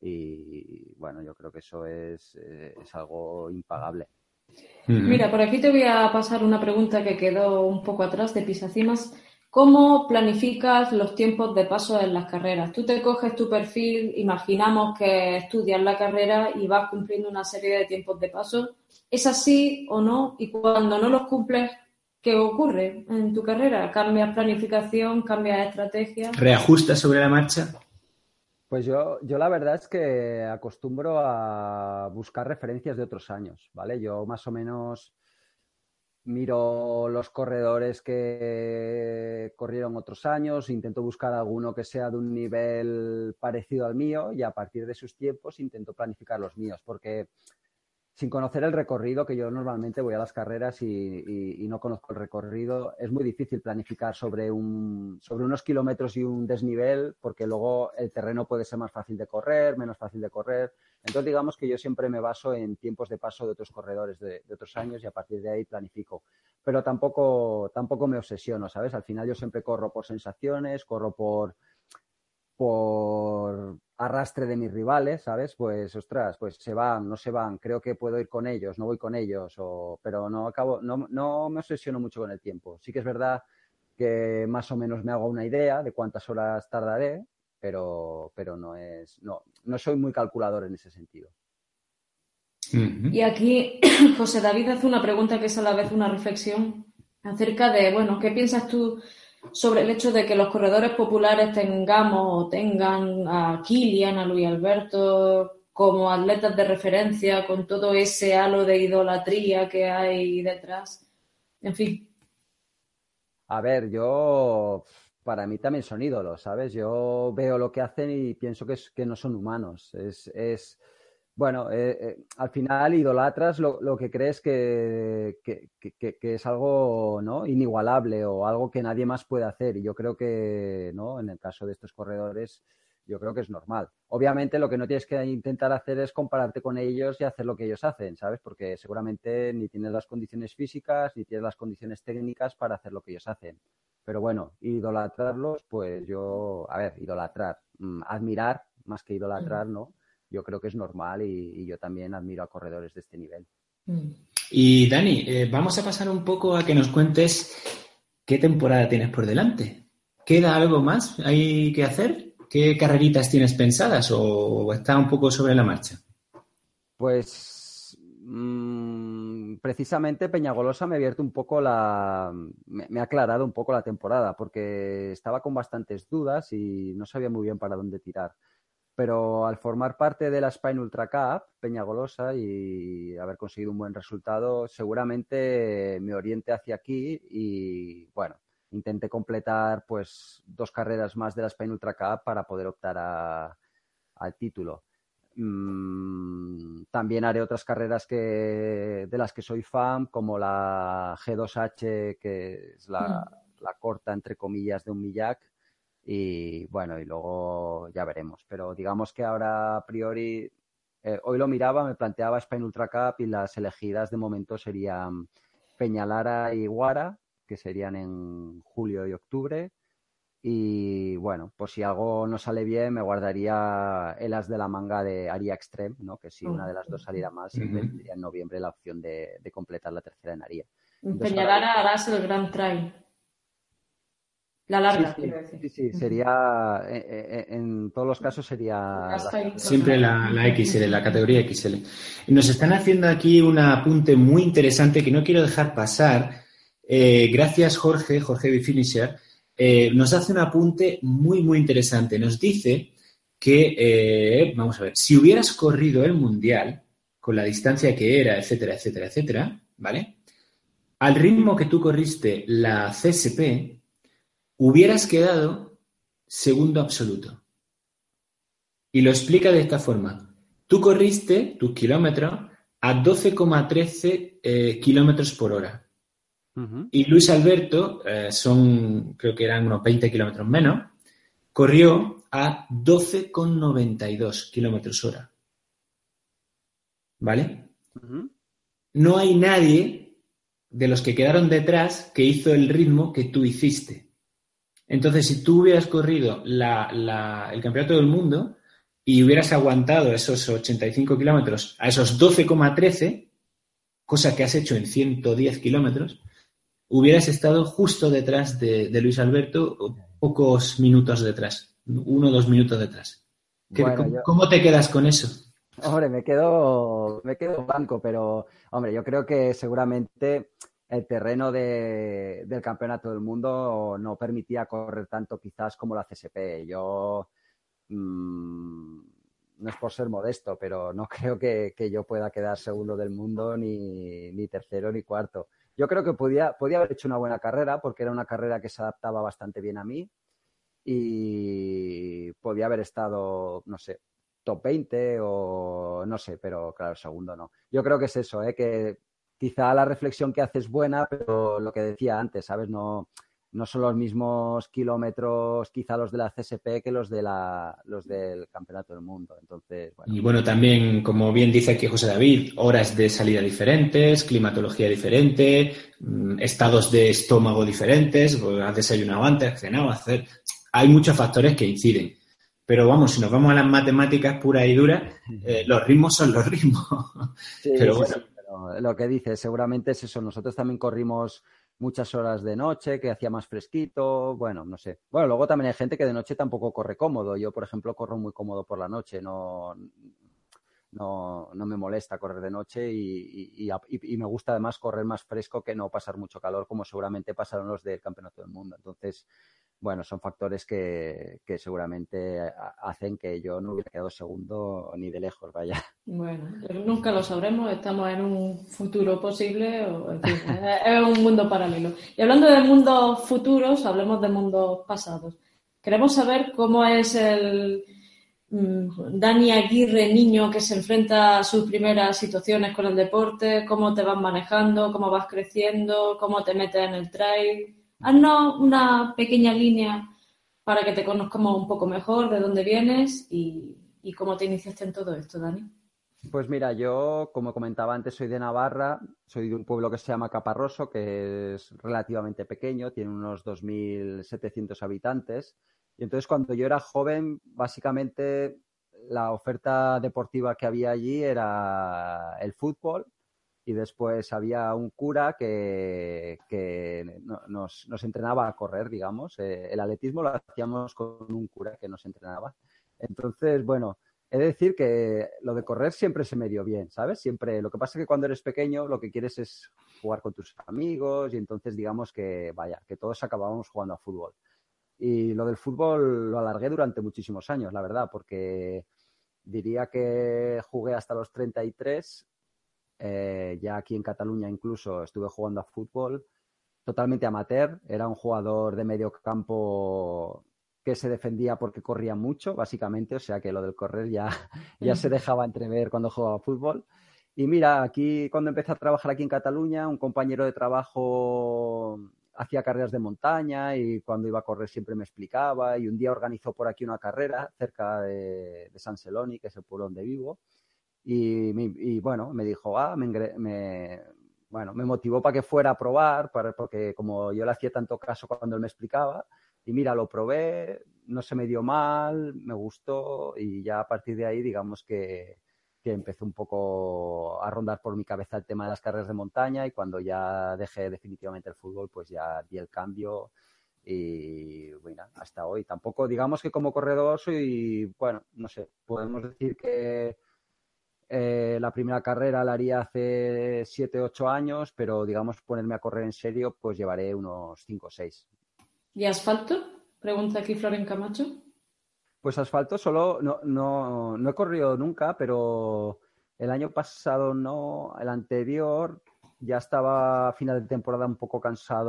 y bueno, yo creo que eso es, eh, es algo impagable. Mira, por aquí te voy a pasar una pregunta que quedó un poco atrás de Pisacimas. ¿Cómo planificas los tiempos de paso en las carreras? Tú te coges tu perfil, imaginamos que estudias la carrera y vas cumpliendo una serie de tiempos de paso. ¿Es así o no? Y cuando no los cumples, ¿qué ocurre en tu carrera? ¿Cambias planificación? ¿Cambias estrategia? ¿Reajustas sobre la marcha? Pues yo, yo la verdad es que acostumbro a buscar referencias de otros años, ¿vale? Yo más o menos miro los corredores que corrieron otros años, intento buscar alguno que sea de un nivel parecido al mío y a partir de sus tiempos intento planificar los míos, porque sin conocer el recorrido, que yo normalmente voy a las carreras y, y, y no conozco el recorrido, es muy difícil planificar sobre, un, sobre unos kilómetros y un desnivel, porque luego el terreno puede ser más fácil de correr, menos fácil de correr. Entonces, digamos que yo siempre me baso en tiempos de paso de otros corredores de, de otros años y a partir de ahí planifico. Pero tampoco, tampoco me obsesiono, ¿sabes? Al final yo siempre corro por sensaciones, corro por... por arrastre de mis rivales, ¿sabes? Pues, ostras, pues se van, no se van, creo que puedo ir con ellos, no voy con ellos, o... pero no acabo, no, no me obsesiono mucho con el tiempo. Sí que es verdad que más o menos me hago una idea de cuántas horas tardaré, pero, pero no es, no, no soy muy calculador en ese sentido. Uh-huh. Y aquí José David hace una pregunta que es a la vez una reflexión acerca de, bueno, ¿qué piensas tú sobre el hecho de que los corredores populares tengamos o tengan a Kilian, a Luis Alberto como atletas de referencia con todo ese halo de idolatría que hay detrás? En fin. A ver, yo, para mí también son ídolos, ¿sabes? Yo veo lo que hacen y pienso que, es, que no son humanos. Es, es bueno, eh, eh, al final idolatras lo, lo que crees que, que, que, que es algo, ¿no?, inigualable o algo que nadie más puede hacer. Y yo creo que, ¿no?, en el caso de estos corredores, yo creo que es normal. Obviamente lo que no tienes que intentar hacer es compararte con ellos y hacer lo que ellos hacen, ¿sabes? Porque seguramente ni tienes las condiciones físicas ni tienes las condiciones técnicas para hacer lo que ellos hacen. Pero bueno, idolatrarlos, pues yo, a ver, idolatrar, admirar más que idolatrar, ¿no? Yo creo que es normal y, y yo también admiro a corredores de este nivel. Y Dani, eh, vamos a pasar un poco a que nos cuentes qué temporada tienes por delante. ¿Queda algo más hay que hacer? ¿Qué carreritas tienes pensadas o está un poco sobre la marcha? Pues mmm, precisamente Peñagolosa me ha abierto un poco la... Me, me ha aclarado un poco la temporada porque estaba con bastantes dudas y no sabía muy bien para dónde tirar. Pero al formar parte de la Spain Ultra Cup, Peñagolosa, y haber conseguido un buen resultado, seguramente me oriente hacia aquí y, bueno, intenté completar pues dos carreras más de la Spain Ultra Cup para poder optar a, al título. Mm, también haré otras carreras que, de las que soy fan, como la G dos H, que es la, la corta, entre comillas, de un Millac. Y bueno, y luego ya veremos. Pero digamos que ahora a priori, eh, hoy lo miraba, me planteaba Spain Ultra Cup y las elegidas de momento serían Peñalara y Guara, que serían en julio y octubre. Y bueno, pues si algo no sale bien, me guardaría el as de la manga de Aria Extreme, ¿no? Que si una de las dos saliera mal, siempre Ujú. tendría en noviembre la opción de, de completar la tercera en Aria. En Entonces ahora Peñalara mismo, harás el Grand Trail. La sí, larga, quiero sí, decir. sí, sí, Ujú. sería, eh, eh, en todos los casos sería Las la seis segunda. Siempre cosas. la, la X L, la categoría X L. Y nos están haciendo aquí un apunte muy interesante que no quiero dejar pasar. Eh, gracias, Jorge, Jorge Bifinisher. Eh, nos hace un apunte muy, muy interesante. Nos dice que, eh, vamos a ver, si hubieras corrido el Mundial con la distancia que era, etcétera, etcétera, etcétera, ¿vale? Al ritmo que tú corriste la C S P, hubieras quedado segundo absoluto. Y lo explica de esta forma. Tú corriste tus kilómetros a doce coma trece eh, kilómetros por hora. Ujú, Y Luis Alberto, eh, son, creo que eran unos veinte kilómetros menos, corrió a doce coma noventa y dos kilómetros hora. ¿Vale? ujú. No hay nadie de los que quedaron detrás que hizo el ritmo que tú hiciste. Entonces, si tú hubieras corrido la, la, el Campeonato del Mundo y hubieras aguantado esos ochenta y cinco kilómetros a esos doce coma trece, cosa que has hecho en ciento diez kilómetros, hubieras estado justo detrás de, de Luis Alberto, pocos minutos detrás, uno o dos minutos detrás. Bueno, ¿Cómo, yo, cómo te quedas con eso? hombre, me quedo, me quedo blanco, pero hombre, yo creo que seguramente el terreno de- del Campeonato del Mundo no permitía correr tanto quizás como la C S P. Yo mmm, no es por ser modesto, pero no creo que, que yo pueda quedar segundo del mundo ni, ni tercero ni cuarto. Yo creo que podía, podía haber hecho una buena carrera porque era una carrera que se adaptaba bastante bien a mí y podía haber estado, no sé, top veinte o no sé, pero claro, segundo no. Yo creo que es eso, ¿eh? Que quizá la reflexión que hace es buena, pero lo que decía antes, ¿sabes? No, no son los mismos kilómetros quizá los de la C S P que los, de la, los del Campeonato del Mundo. Entonces, bueno. Y bueno, también, como bien dice aquí José David, horas de salida diferentes, climatología diferente, mm, estados de estómago diferentes, pues has desayunado antes, has cenado, hacer... Hay muchos factores que inciden. Pero vamos, si nos vamos a las matemáticas puras y duras, eh, los ritmos son los ritmos. Sí, Pero sí, bueno, sí, pero lo que dices, seguramente es eso. Nosotros también corrimos muchas horas de noche, que hacía más fresquito, bueno, no sé. Bueno, luego también hay gente que de noche tampoco corre cómodo. Yo, por ejemplo, corro muy cómodo por la noche, no, no, no me molesta correr de noche y, y, y, y me gusta además correr más fresco que no pasar mucho calor, como seguramente pasaron los del Campeonato del Mundo. Entonces, bueno, son factores que, que seguramente hacen que yo no hubiera quedado segundo ni de lejos, vaya. Bueno, nunca lo sabremos, estamos en un futuro posible, o, en fin, es es un mundo paralelo. Y hablando de mundos futuros, hablemos de mundos pasados. Queremos saber cómo es el mm, Dani Aguirre niño que se enfrenta a sus primeras situaciones con el deporte, cómo te vas manejando, cómo vas creciendo, cómo te metes en el trail. Haznos una pequeña línea para que te conozcamos un poco mejor, de dónde vienes y, y cómo te iniciaste en todo esto, Dani. Pues mira, yo, como comentaba antes, soy de Navarra, soy de un pueblo que se llama Caparroso, que es relativamente pequeño, tiene unos dos mil setecientos habitantes. Y entonces, cuando yo era joven, básicamente la oferta deportiva que había allí era el fútbol y después había un cura que, que no- nos, nos entrenaba a correr, digamos. Eh, el atletismo lo hacíamos con un cura que nos entrenaba. Entonces, bueno. He de decir que lo de correr siempre se me dio bien, ¿sabes? Siempre. Lo que pasa es que cuando eres pequeño lo que quieres es jugar con tus amigos y entonces digamos que, vaya, que todos acabábamos jugando a fútbol. Y lo del fútbol lo alargué durante muchísimos años, la verdad, porque diría que jugué hasta los treinta y tres. Eh, ya aquí en Cataluña incluso estuve jugando a fútbol totalmente amateur. Era un jugador de medio campo que se defendía porque corría mucho, básicamente, o sea que lo del correr ya, ya se dejaba entrever cuando jugaba fútbol. Y mira, aquí cuando empecé a trabajar aquí en Cataluña, un compañero de trabajo hacía carreras de montaña y cuando iba a correr siempre me explicaba y un día organizó por aquí una carrera cerca de, de San Celoni, que es el pueblo donde vivo, y, y bueno, me dijo, ah, me, me, bueno, me motivó para que fuera a probar, para, porque como yo le hacía tanto caso cuando él me explicaba, y mira, lo probé, no se me dio mal, me gustó y ya a partir de ahí, digamos que, que empezó un poco a rondar por mi cabeza el tema de las carreras de montaña y cuando ya dejé definitivamente el fútbol, pues ya di el cambio y bueno, hasta hoy. Tampoco, digamos que como corredor soy, bueno, no sé, podemos decir que eh, la primera carrera la haría hace siete ocho años, pero digamos ponerme a correr en serio, pues llevaré unos cinco o seis. ¿Y asfalto? Pregunta aquí Floren Camacho. Pues asfalto solo no, no, no he corrido nunca, pero el año pasado no, el anterior ya estaba a final de temporada un poco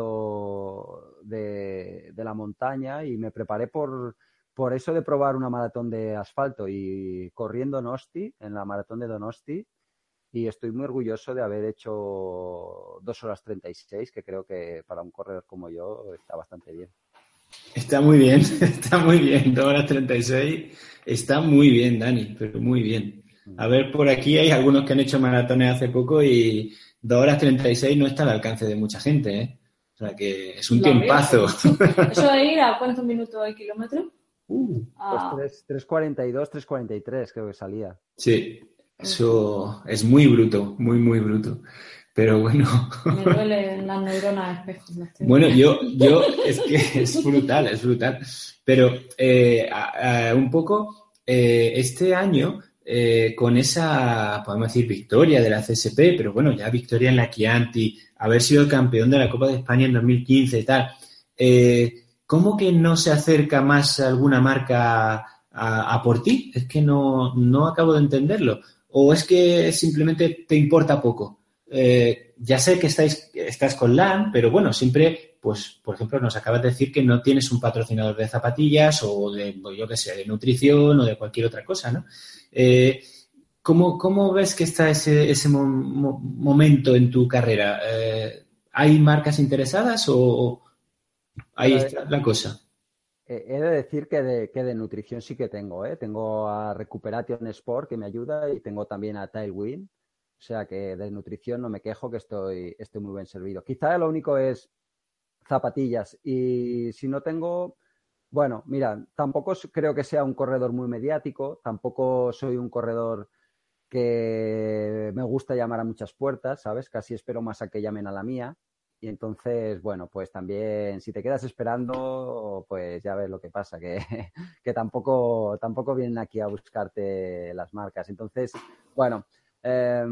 cansado de, de la montaña y me preparé por, por eso de probar una maratón de asfalto y corriendo Donosti, en la maratón de Donosti, y estoy muy orgulloso de haber hecho dos horas treinta y seis, que creo que para un corredor como yo está bastante bien. Está muy bien, está muy bien. dos horas treinta y seis está muy bien, Dani, pero muy bien. A ver, por aquí hay algunos que han hecho maratones hace poco y dos horas treinta y seis no está al alcance de mucha gente, ¿eh? O sea que es un Lo tiempazo. ¿Eso de ir a cuántos minutos hay kilómetro? Uh, Ah. pues tres cuarenta y dos, tres cuarenta y tres creo que salía. Sí, eso es muy bruto, muy, muy bruto. Pero bueno. Me duelen las neuronas espejos. Bueno, yo, yo, es que es brutal, es brutal. Pero eh, a, a, un poco, eh, este año, eh, con esa, podemos decir, victoria de la C S P, pero bueno, ya victoria en la Chianti, haber sido campeón de la Copa de España en dos mil quince y tal, eh, ¿cómo que no se acerca más alguna marca a, a por ti? Es que no, no acabo de entenderlo. ¿O es que simplemente te importa poco? Eh, ya sé que estáis, estás con L A N, pero bueno, siempre, pues, por ejemplo, nos acabas de decir que no tienes un patrocinador de zapatillas o de, yo qué sé, de nutrición o de cualquier otra cosa, ¿no? Eh, ¿cómo, ¿Cómo ves que está ese, ese mo- mo- momento en tu carrera? Eh, ¿hay marcas interesadas o ahí Bueno, está la cosa? eh, he de decir que de, que de nutrición sí que tengo, ¿eh? Tengo a Recuperation Sport que me ayuda y tengo también a Tailwind. O sea que de nutrición no me quejo, que estoy, estoy muy bien servido. Quizá lo único es zapatillas y si no tengo, bueno, mira, tampoco creo que sea un corredor muy mediático, tampoco soy un corredor que me gusta llamar a muchas puertas, ¿sabes? Casi espero más a que llamen a la mía. Y entonces, bueno, pues también si te quedas esperando, pues ya ves lo que pasa, que, que tampoco, tampoco vienen aquí a buscarte las marcas. Entonces, bueno, eh,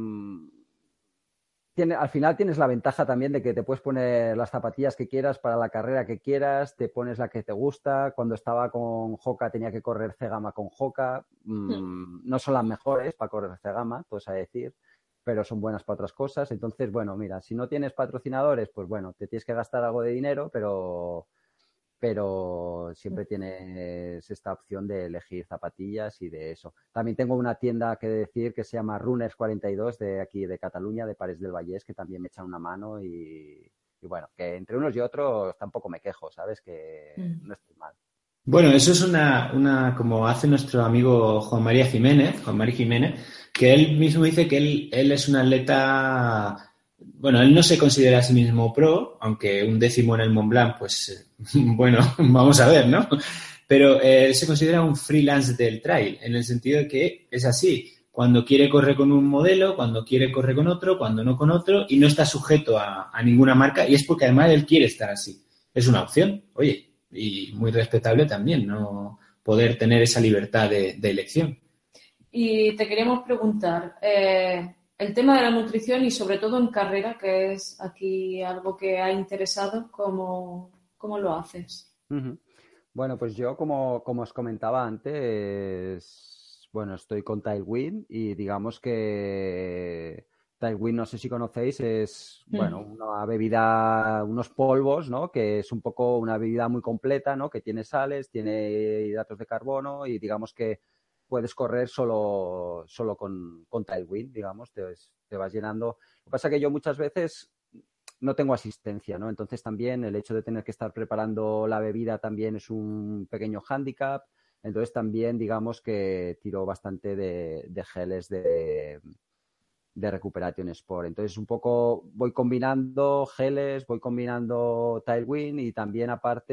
tiene, al final tienes la ventaja también de que te puedes poner las zapatillas que quieras para la carrera que quieras, te pones la que te gusta. Cuando estaba con Hoka tenía que correr C-Gama con Hoka. Mm, no son las mejores para correr C-Gama, todo es a decir, pero son buenas para otras cosas. Entonces, bueno, mira, si no tienes patrocinadores, pues bueno, te tienes que gastar algo de dinero, pero pero siempre tienes esta opción de elegir zapatillas y de eso. También tengo una tienda que decir que se llama Runners cuarenta y dos de aquí de Cataluña, de Pares del Vallès, que también me echan una mano y, y bueno, que entre unos y otros tampoco me quejo, ¿sabes? Que no estoy mal. Bueno, eso es una, una, como hace nuestro amigo Juan María Jiménez, Juan María Jiménez, que él mismo dice que él, él es un atleta, bueno, él no se considera a sí mismo pro, aunque un décimo en el Mont Blanc, pues, bueno, vamos a ver, ¿no? Pero eh, él se considera un freelance del trail, en el sentido de que es así, cuando quiere correr con un modelo, cuando quiere correr con otro, cuando no con otro, y no está sujeto a, a ninguna marca, y es porque además él quiere estar así. Es una opción, oye, y muy respetable también, ¿no? Poder tener esa libertad de, de elección. Y te queríamos preguntar, eh, el tema de la nutrición y sobre todo en carrera, que es aquí algo que ha interesado, ¿cómo, cómo lo haces? Uh-huh. Bueno, pues yo, como, como os comentaba antes, bueno, estoy con Tailwind y digamos que Tailwind, no sé si conocéis, es, bueno, una bebida, unos polvos, ¿no? Que es un poco una bebida muy completa, ¿no? Que tiene sales, tiene hidratos de carbono y digamos que puedes correr solo, solo con, con Tailwind, digamos, te, te vas llenando. Lo que pasa es que yo muchas veces no tengo asistencia, ¿no? Entonces también el hecho de tener que estar preparando la bebida también es un pequeño hándicap. Entonces también digamos que tiro bastante de, de geles de, de Recuperation Sport. Entonces un poco voy combinando geles, voy combinando Tailwind y también aparte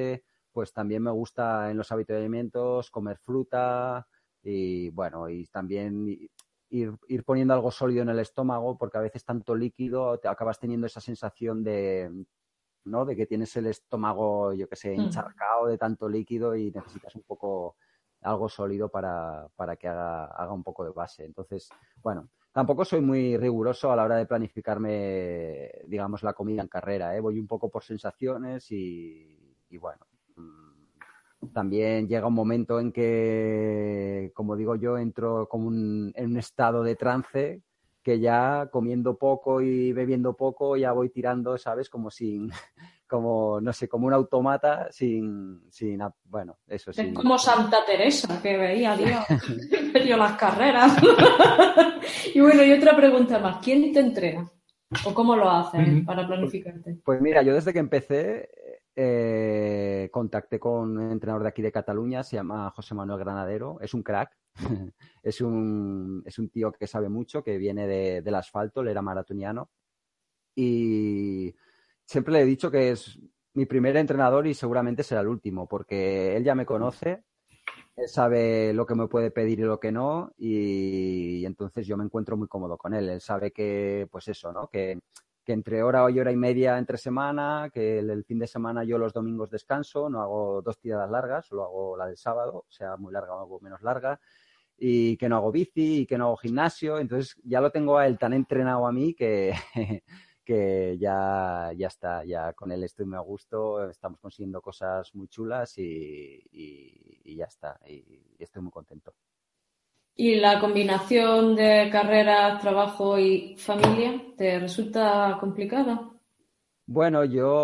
pues también me gusta en los avituallamientos comer fruta y, bueno, y también ir, ir poniendo algo sólido en el estómago, porque a veces tanto líquido te acabas teniendo esa sensación de, ¿no?, de que tienes el estómago, yo qué sé, encharcado de tanto líquido y necesitas un poco algo sólido para, para que haga, haga un poco de base. Entonces, bueno, tampoco soy muy riguroso a la hora de planificarme, digamos, la comida en carrera, ¿eh? Voy un poco por sensaciones y, y bueno, también llega un momento en que, como digo yo, entro como un, en un estado de trance que ya comiendo poco y bebiendo poco ya voy tirando, ¿sabes? Como sin, como, no sé, como un automata sin, sin bueno, eso sí. Es como Santa Teresa, que veía, Dios, perdió las carreras. Y bueno, y otra pregunta más, ¿quién te entrena? ¿O cómo lo haces uh-huh. para planificarte? Pues, pues mira, yo desde que empecé eh, contacté con un entrenador de aquí de Cataluña, se llama José Manuel Granadero, es un crack, es, un, es un tío que sabe mucho, que viene de, del asfalto, él era maratoniano y siempre le he dicho que es mi primer entrenador y seguramente será el último, porque él ya me conoce, él sabe lo que me puede pedir y lo que no, y, y entonces yo me encuentro muy cómodo con él. Él sabe que, pues eso, ¿no? Que, que entre hora y hora y media entre semana, que el, el fin de semana yo los domingos descanso, no hago dos tiradas largas, solo hago la del sábado, sea muy larga o menos larga, y que no hago bici y que no hago gimnasio. Entonces ya lo tengo a él tan entrenado a mí que... que ya, ya está, ya con él estoy muy a gusto, estamos consiguiendo cosas muy chulas y, y, y ya está, y, y estoy muy contento. ¿Y la combinación de carreras, trabajo y familia te resulta complicada? Bueno,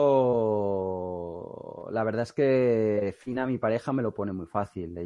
yo la verdad es que Fina, mi pareja, me lo pone muy fácil.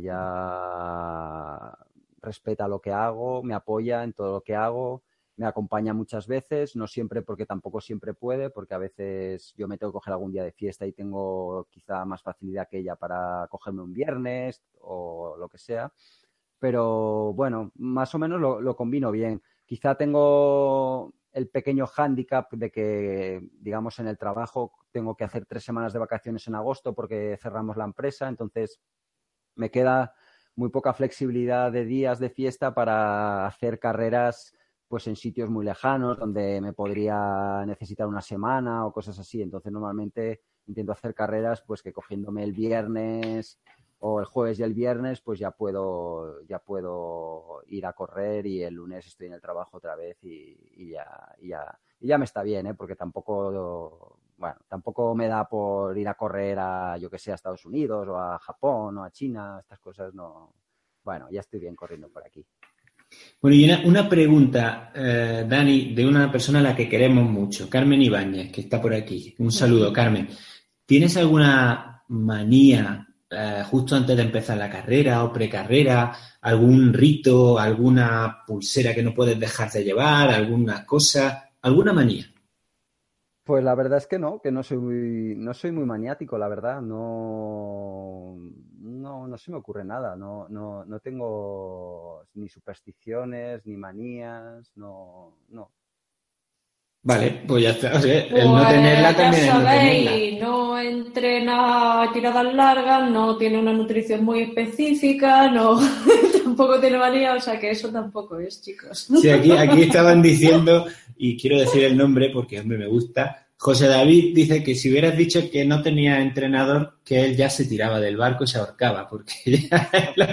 Ella respeta lo que hago, me apoya en todo lo que hago. Me acompaña muchas veces, no siempre porque tampoco siempre puede, porque a veces yo me tengo que coger algún día de fiesta y tengo quizá más facilidad que ella para cogerme un viernes o lo que sea. Pero bueno, más o menos lo, lo combino bien. Quizá tengo el pequeño hándicap de que, digamos, en el trabajo tengo que hacer tres semanas de vacaciones en agosto porque cerramos la empresa, entonces me queda muy poca flexibilidad de días de fiesta para hacer carreras pues en sitios muy lejanos donde me podría necesitar una semana o cosas así. Entonces normalmente intento hacer carreras pues que cogiéndome el viernes o el jueves y el viernes pues ya puedo ya puedo ir a correr y el lunes estoy en el trabajo otra vez y, y ya y ya y ya me está bien, ¿eh? Porque tampoco bueno tampoco me da por ir a correr a yo que sé a Estados Unidos o a Japón o a China, estas cosas no. Bueno, ya estoy bien corriendo por aquí. Bueno, y una, una pregunta, eh, Dani, de una persona a la que queremos mucho, Carmen Ibáñez, que está por aquí. Un saludo, Carmen. ¿Tienes alguna manía eh, justo antes de empezar la carrera o precarrera? ¿Algún rito, alguna pulsera que no puedes dejar de llevar, alguna cosa, alguna manía? Pues la verdad es que no, que no soy muy, no soy muy maniático, la verdad. No, no, no se me ocurre nada. No, no, no tengo ni supersticiones, ni manías, no, no. Vale, pues ya está. O sea, pues el no tenerla también ya es no sabéis, tenerla. No entrena tiradas largas, no tiene una nutrición muy específica, no tampoco tiene manía, o sea que eso tampoco es, chicos. Sí, aquí, aquí estaban diciendo, y quiero decir el nombre porque, hombre, me gusta. José David dice que si hubieras dicho que no tenía entrenador, que él ya se tiraba del barco y se ahorcaba, porque ya...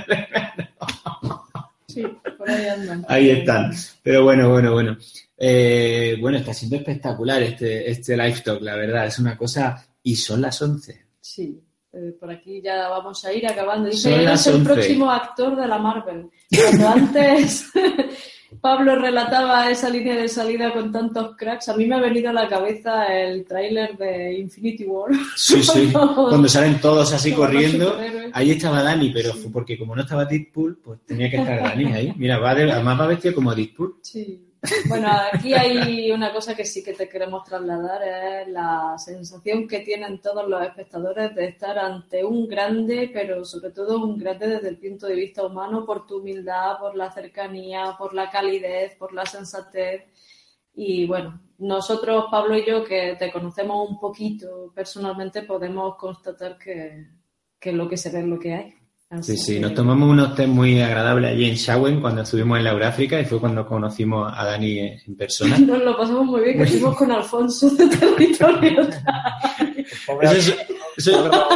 Sí, por ahí andan. Ahí están. Pero bueno, bueno, bueno. Eh, bueno, está siendo espectacular este, este live talk, la verdad. Es una cosa... Y son las once. Sí, eh, por aquí ya vamos a ir acabando. Dice, Son él las es el once. próximo actor de la Marvel. Cuando antes Pablo relataba esa línea de salida con tantos cracks, a mí me ha venido a la cabeza el tráiler de Infinity War. Sí, sí. Cuando salen todos así Todos corriendo, ahí estaba Dani, pero sí. porque como no estaba Deadpool, pues tenía que estar Dani ahí. Mira, va de, además va vestido como Deadpool. Sí. Bueno, aquí hay una cosa que sí que te queremos trasladar, es la sensación que tienen todos los espectadores de estar ante un grande, pero sobre todo un grande desde el punto de vista humano, por tu humildad, por la cercanía, por la calidez, por la sensatez. Y bueno, nosotros, Pablo y yo, que te conocemos un poquito personalmente, podemos constatar que, que lo que se ve es lo que hay. Así Sí, sí, que... nos tomamos unos test muy agradables allí en Shawen cuando estuvimos en la Euráfrica y fue cuando conocimos a Dani en persona. Nos lo pasamos muy bien, que estuvimos con Alfonso de Territorio. Eso es, eso es...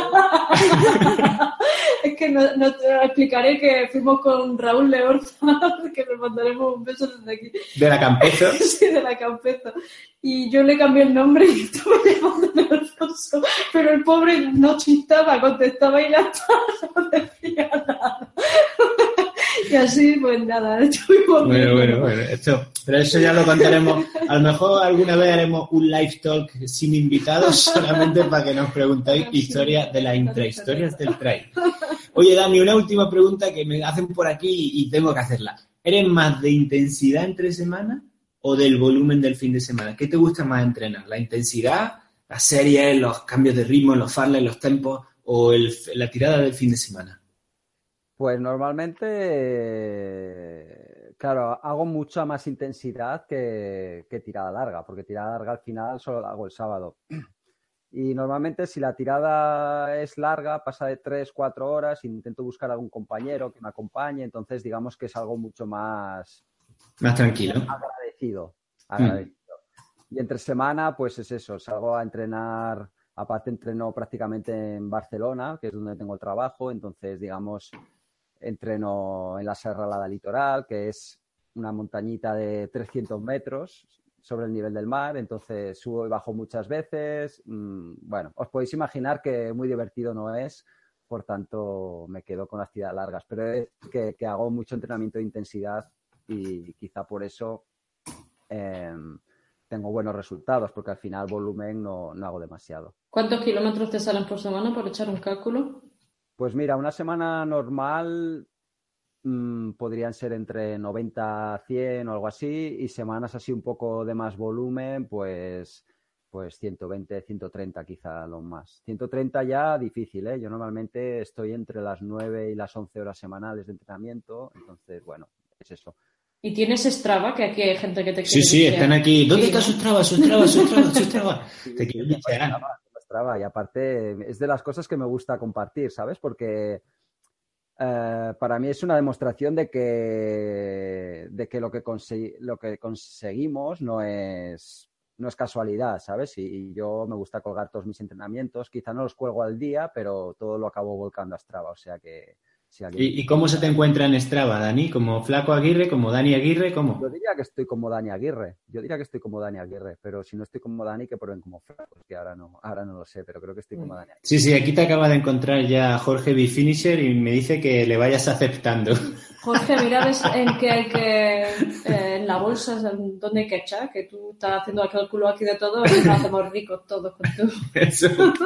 Es que no, no te explicaré que fuimos con Raúl Leorza, que le mandaremos un beso desde aquí. De la Campezo. Sí, de la Campezo. Y yo le cambié el nombre y estuve llamándole Alfonso, pero el pobre no chistaba, contestaba y ya está, no decía nada. Y así, pues nada, estuvimos Bueno, bien. bueno, bueno, esto, pero eso ya lo contaremos. A lo mejor alguna vez haremos un live talk sin invitados solamente para que nos preguntéis historias de las intrahistorias del trail. Oye, Dani, una última pregunta que me hacen por aquí y tengo que hacerla. ¿Eres más de intensidad entre semana o del volumen del fin de semana? ¿Qué te gusta más entrenar? ¿La intensidad, las series, los cambios de ritmo, los farles, los tempos o el, la tirada del fin de semana? Pues normalmente, eh, claro, hago mucha más intensidad que, que tirada larga, porque tirada larga al final solo la hago el sábado. Y normalmente si la tirada es larga, pasa de tres, cuatro horas, intento buscar algún compañero que me acompañe, entonces digamos que es algo mucho más... Más tranquilo. Agradecido. agradecido. Mm. Y entre semana, pues es eso, salgo a entrenar, aparte entreno prácticamente en Barcelona, que es donde tengo el trabajo, entonces digamos... Entreno en la Serralada Litoral, que es una montañita de trescientos metros sobre el nivel del mar, entonces subo y bajo muchas veces. Bueno, os podéis imaginar que muy divertido no es, por tanto me quedo con las tiradas largas, pero es que, que hago mucho entrenamiento de intensidad y quizá por eso eh, tengo buenos resultados, porque al final volumen no, no hago demasiado. ¿Cuántos kilómetros te salen por semana, por echar un cálculo? Pues mira, una semana normal mmm, podrían ser entre noventa a cien o algo así, y semanas así un poco de más volumen, pues, pues ciento veinte, ciento treinta quizá lo más. ciento treinta ya difícil, ¿eh? Yo normalmente estoy entre las nueve y las once horas semanales de entrenamiento, entonces, bueno, es eso. ¿Y tienes Strava? Que aquí hay gente que te quiere Sí, sí, desear. están aquí. ¿Dónde Sí, está ¿no? su Strava, su Strava, su Strava, su Strava? Sí, Te quiero desear. Y aparte es de las cosas que me gusta compartir, ¿sabes? Porque eh, para mí es una demostración de que, de que, lo, que consegui- lo que conseguimos no es, no es casualidad, ¿sabes? Y, y yo me gusta colgar todos mis entrenamientos. Quizá no los cuelgo al día, pero todo lo acabo volcando a Strava. O sea que... Si alguien... ¿Y, ¿Y cómo se te encuentra en Strava, Dani? ¿Como Flaco Aguirre? ¿Como Dani Aguirre? ¿Cómo? Yo diría que estoy como Dani Aguirre. Yo diría que estoy como Dani Aguirre, pero si no estoy como Dani, que prueben como Flaco, que ahora no, ahora no lo sé, pero creo que estoy como Dani Aguirre. Sí, sí, aquí te acaba de encontrar ya Jorge B. Finisher y me dice que le vayas aceptando. Jorge, mira ves en qué hay que, eh, en la bolsa, dónde hay que echar, que tú estás haciendo el cálculo aquí de todo, y nos hacemos ricos todos con tú. Eso.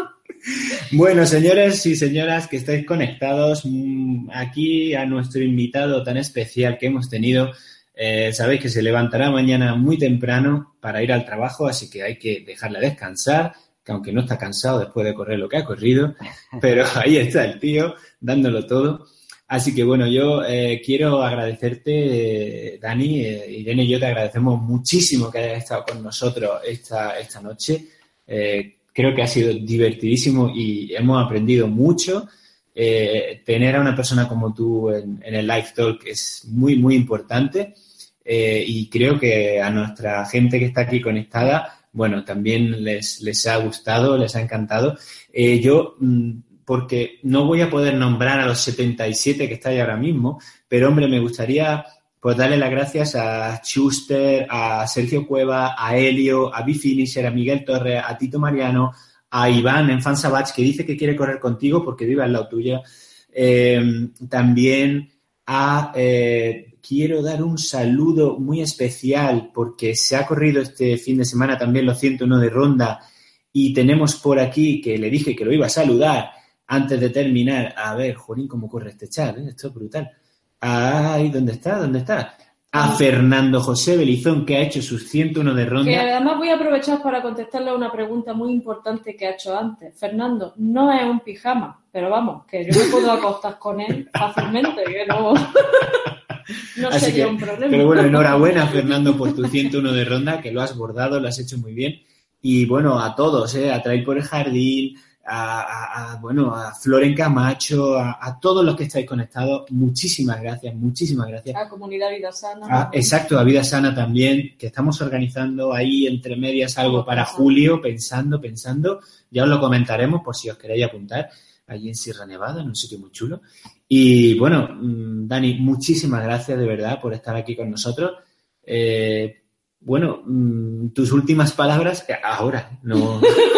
Bueno, señores y señoras que estáis conectados aquí a nuestro invitado tan especial que hemos tenido, eh, sabéis que se levantará mañana muy temprano para ir al trabajo, así que hay que dejarle descansar, que aunque no está cansado después de correr lo que ha corrido, pero ahí está el tío dándolo todo. Así que bueno, yo eh, quiero agradecerte, eh, Dani, eh, Irene y yo te agradecemos muchísimo que hayas estado con nosotros esta, esta noche. Eh, creo que ha sido divertidísimo y hemos aprendido mucho. Eh, tener a una persona como tú en, en el Live Talk es muy, muy importante eh, y creo que a nuestra gente que está aquí conectada, bueno, también les, les ha gustado, les ha encantado. Eh, yo... Mm, porque no voy a poder nombrar a los setenta y siete que estáis ahora mismo, pero, hombre, me gustaría pues darle las gracias a Schuster, a Sergio Cueva, a Helio, a B-Finisher, a Miguel Torres, a Tito Mariano, a Iván en Fansabach, que dice que quiere correr contigo porque vive al lado tuyo. Eh, también a... Eh, quiero dar un saludo muy especial porque se ha corrido este fin de semana también los ciento uno de Ronda y tenemos por aquí, que le dije que lo iba a saludar, antes de terminar, a ver, Jorín, cómo corre este chat, ¿eh? Esto es brutal. Ay, ¿dónde está? ¿Dónde está? A Fernando José Belizón, que ha hecho sus ciento uno de Ronda. Que además voy a aprovechar para contestarle a una pregunta muy importante que ha hecho antes. Fernando, no es un pijama, pero vamos, que yo me puedo acostar con él fácilmente, que no, no Así sería que, un problema. Pero bueno, enhorabuena, Fernando, por tu ciento uno de Ronda, que lo has bordado, lo has hecho muy bien. Y bueno, a todos, ¿eh? A Trail por el Jardín, a, a, a bueno, a Floren Camacho, a, a todos los que estáis conectados, muchísimas gracias, muchísimas gracias. A Comunidad Vida Sana. A, exacto, a Vida Sana también, que estamos organizando ahí entre medias algo para julio, pensando, pensando. Ya os lo comentaremos por si os queréis apuntar, allí en Sierra Nevada, en un sitio muy chulo. Y bueno, Dani, muchísimas gracias de verdad por estar aquí con nosotros. Eh, bueno, tus últimas palabras ahora, no...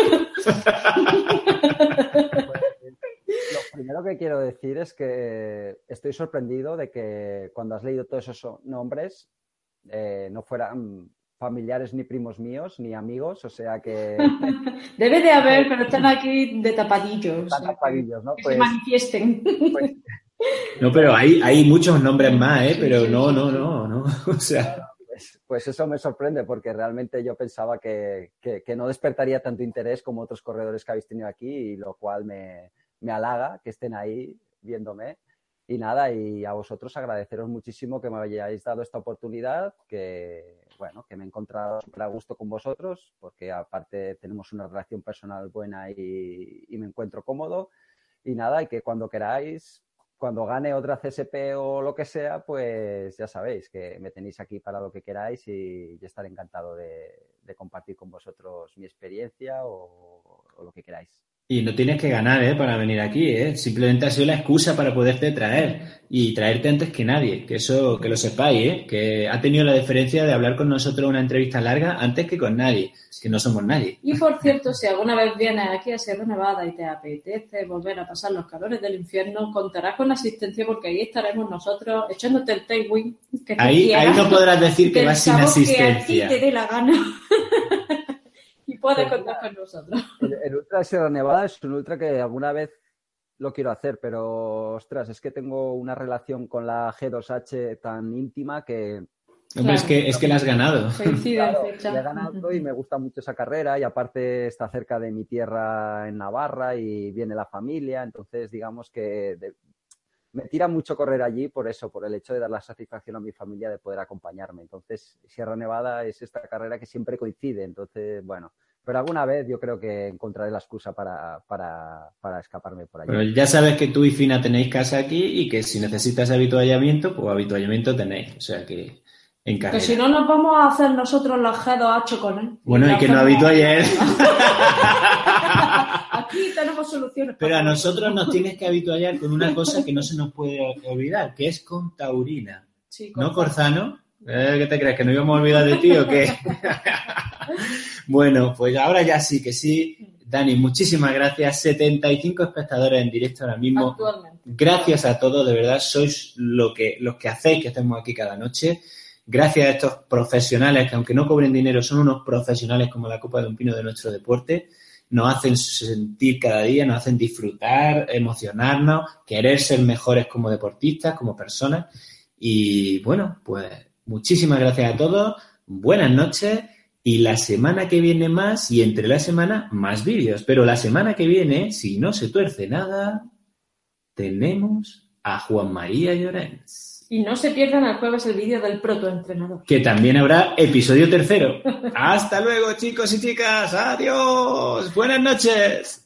Lo primero que quiero decir es que estoy sorprendido de que cuando has leído todos esos nombres eh, no fueran familiares ni primos míos ni amigos, o sea que... Debe de haber, pero están aquí de tapadillos. Están tapadillos, ¿no? Que pues, se manifiesten. Pues, no, pero hay, hay muchos nombres más, ¿eh? Pero no, no, no, no, o sea... Pues, pues eso me sorprende porque realmente yo pensaba que, que, que no despertaría tanto interés como otros corredores que habéis tenido aquí, y lo cual me, me halaga que estén ahí viéndome. Y nada, y a vosotros agradeceros muchísimo que me hayáis dado esta oportunidad, que bueno, que me he encontrado súper a gusto con vosotros, porque aparte tenemos una relación personal buena y, y me encuentro cómodo. Y nada, y que cuando queráis, cuando gane otra C S P o lo que sea, pues ya sabéis que me tenéis aquí para lo que queráis, y yo estaré encantado de, de compartir con vosotros mi experiencia o, o lo que queráis. Y no tienes que ganar, ¿eh? Para venir aquí, ¿eh? Simplemente ha sido la excusa para poderte traer y traerte antes que nadie, que eso, que lo sepáis, ¿eh? Que ha tenido la deferencia de hablar con nosotros una entrevista larga antes que con nadie, que no somos nadie. Y por cierto, si alguna vez vienes aquí a Sierra Nevada y te apetece volver a pasar los calores del infierno, contarás con la asistencia, porque ahí estaremos nosotros echándote el tailwind que te ahí, quieras, ahí no podrás decir que vas sin asistencia. Que a ti te dé la gana. Y puedes contar con nosotros. El, el Ultra de Sierra Nevada es un ultra que alguna vez lo quiero hacer, pero ostras, es que tengo una relación con la G dos H tan íntima que... Hombre, claro, es que es que la has ganado. Claro, la he ganado y me gusta mucho esa carrera, y aparte está cerca de mi tierra en Navarra y viene la familia, entonces digamos que de, me tira mucho correr allí por eso, por el hecho de dar la satisfacción a mi familia de poder acompañarme. Entonces Sierra Nevada es esta carrera que siempre coincide, entonces bueno, pero alguna vez yo creo que encontraré la excusa para, para, para escaparme por allí. Pero ya sabes que tú y Fina tenéis casa aquí y que si necesitas habituallamiento, pues habituallamiento tenéis, o sea que... Que si no nos vamos a hacer nosotros los G dos H con él. Bueno, y, y que nos habitualle él. Aquí tenemos soluciones. Pero a nosotros nos tienes que habituallar con una cosa que no se nos puede olvidar, que es con taurina. Sí, con ¿no, Corzano? ¿Eh, ¿Qué te crees? ¿Que no íbamos a olvidar de ti o qué? Bueno, pues ahora ya sí que sí. Dani, muchísimas gracias. setenta y cinco espectadores en directo ahora mismo. Actualmente. Gracias a todos, de verdad. Sois lo que, los que hacéis que estemos aquí cada noche. Gracias a estos profesionales que, aunque no cobren dinero, son unos profesionales como la Copa de un Pino de nuestro deporte. Nos hacen sentir cada día, nos hacen disfrutar, emocionarnos, querer ser mejores como deportistas, como personas. Y bueno, pues muchísimas gracias a todos. Buenas noches. Y la semana que viene más, y entre la semana más vídeos. Pero la semana que viene, si no se tuerce nada, tenemos a Juan María Llorens. Y no se pierdan el jueves el vídeo del protoentrenador. Que también habrá episodio tercero. Hasta luego, chicos y chicas. Adiós. Buenas noches.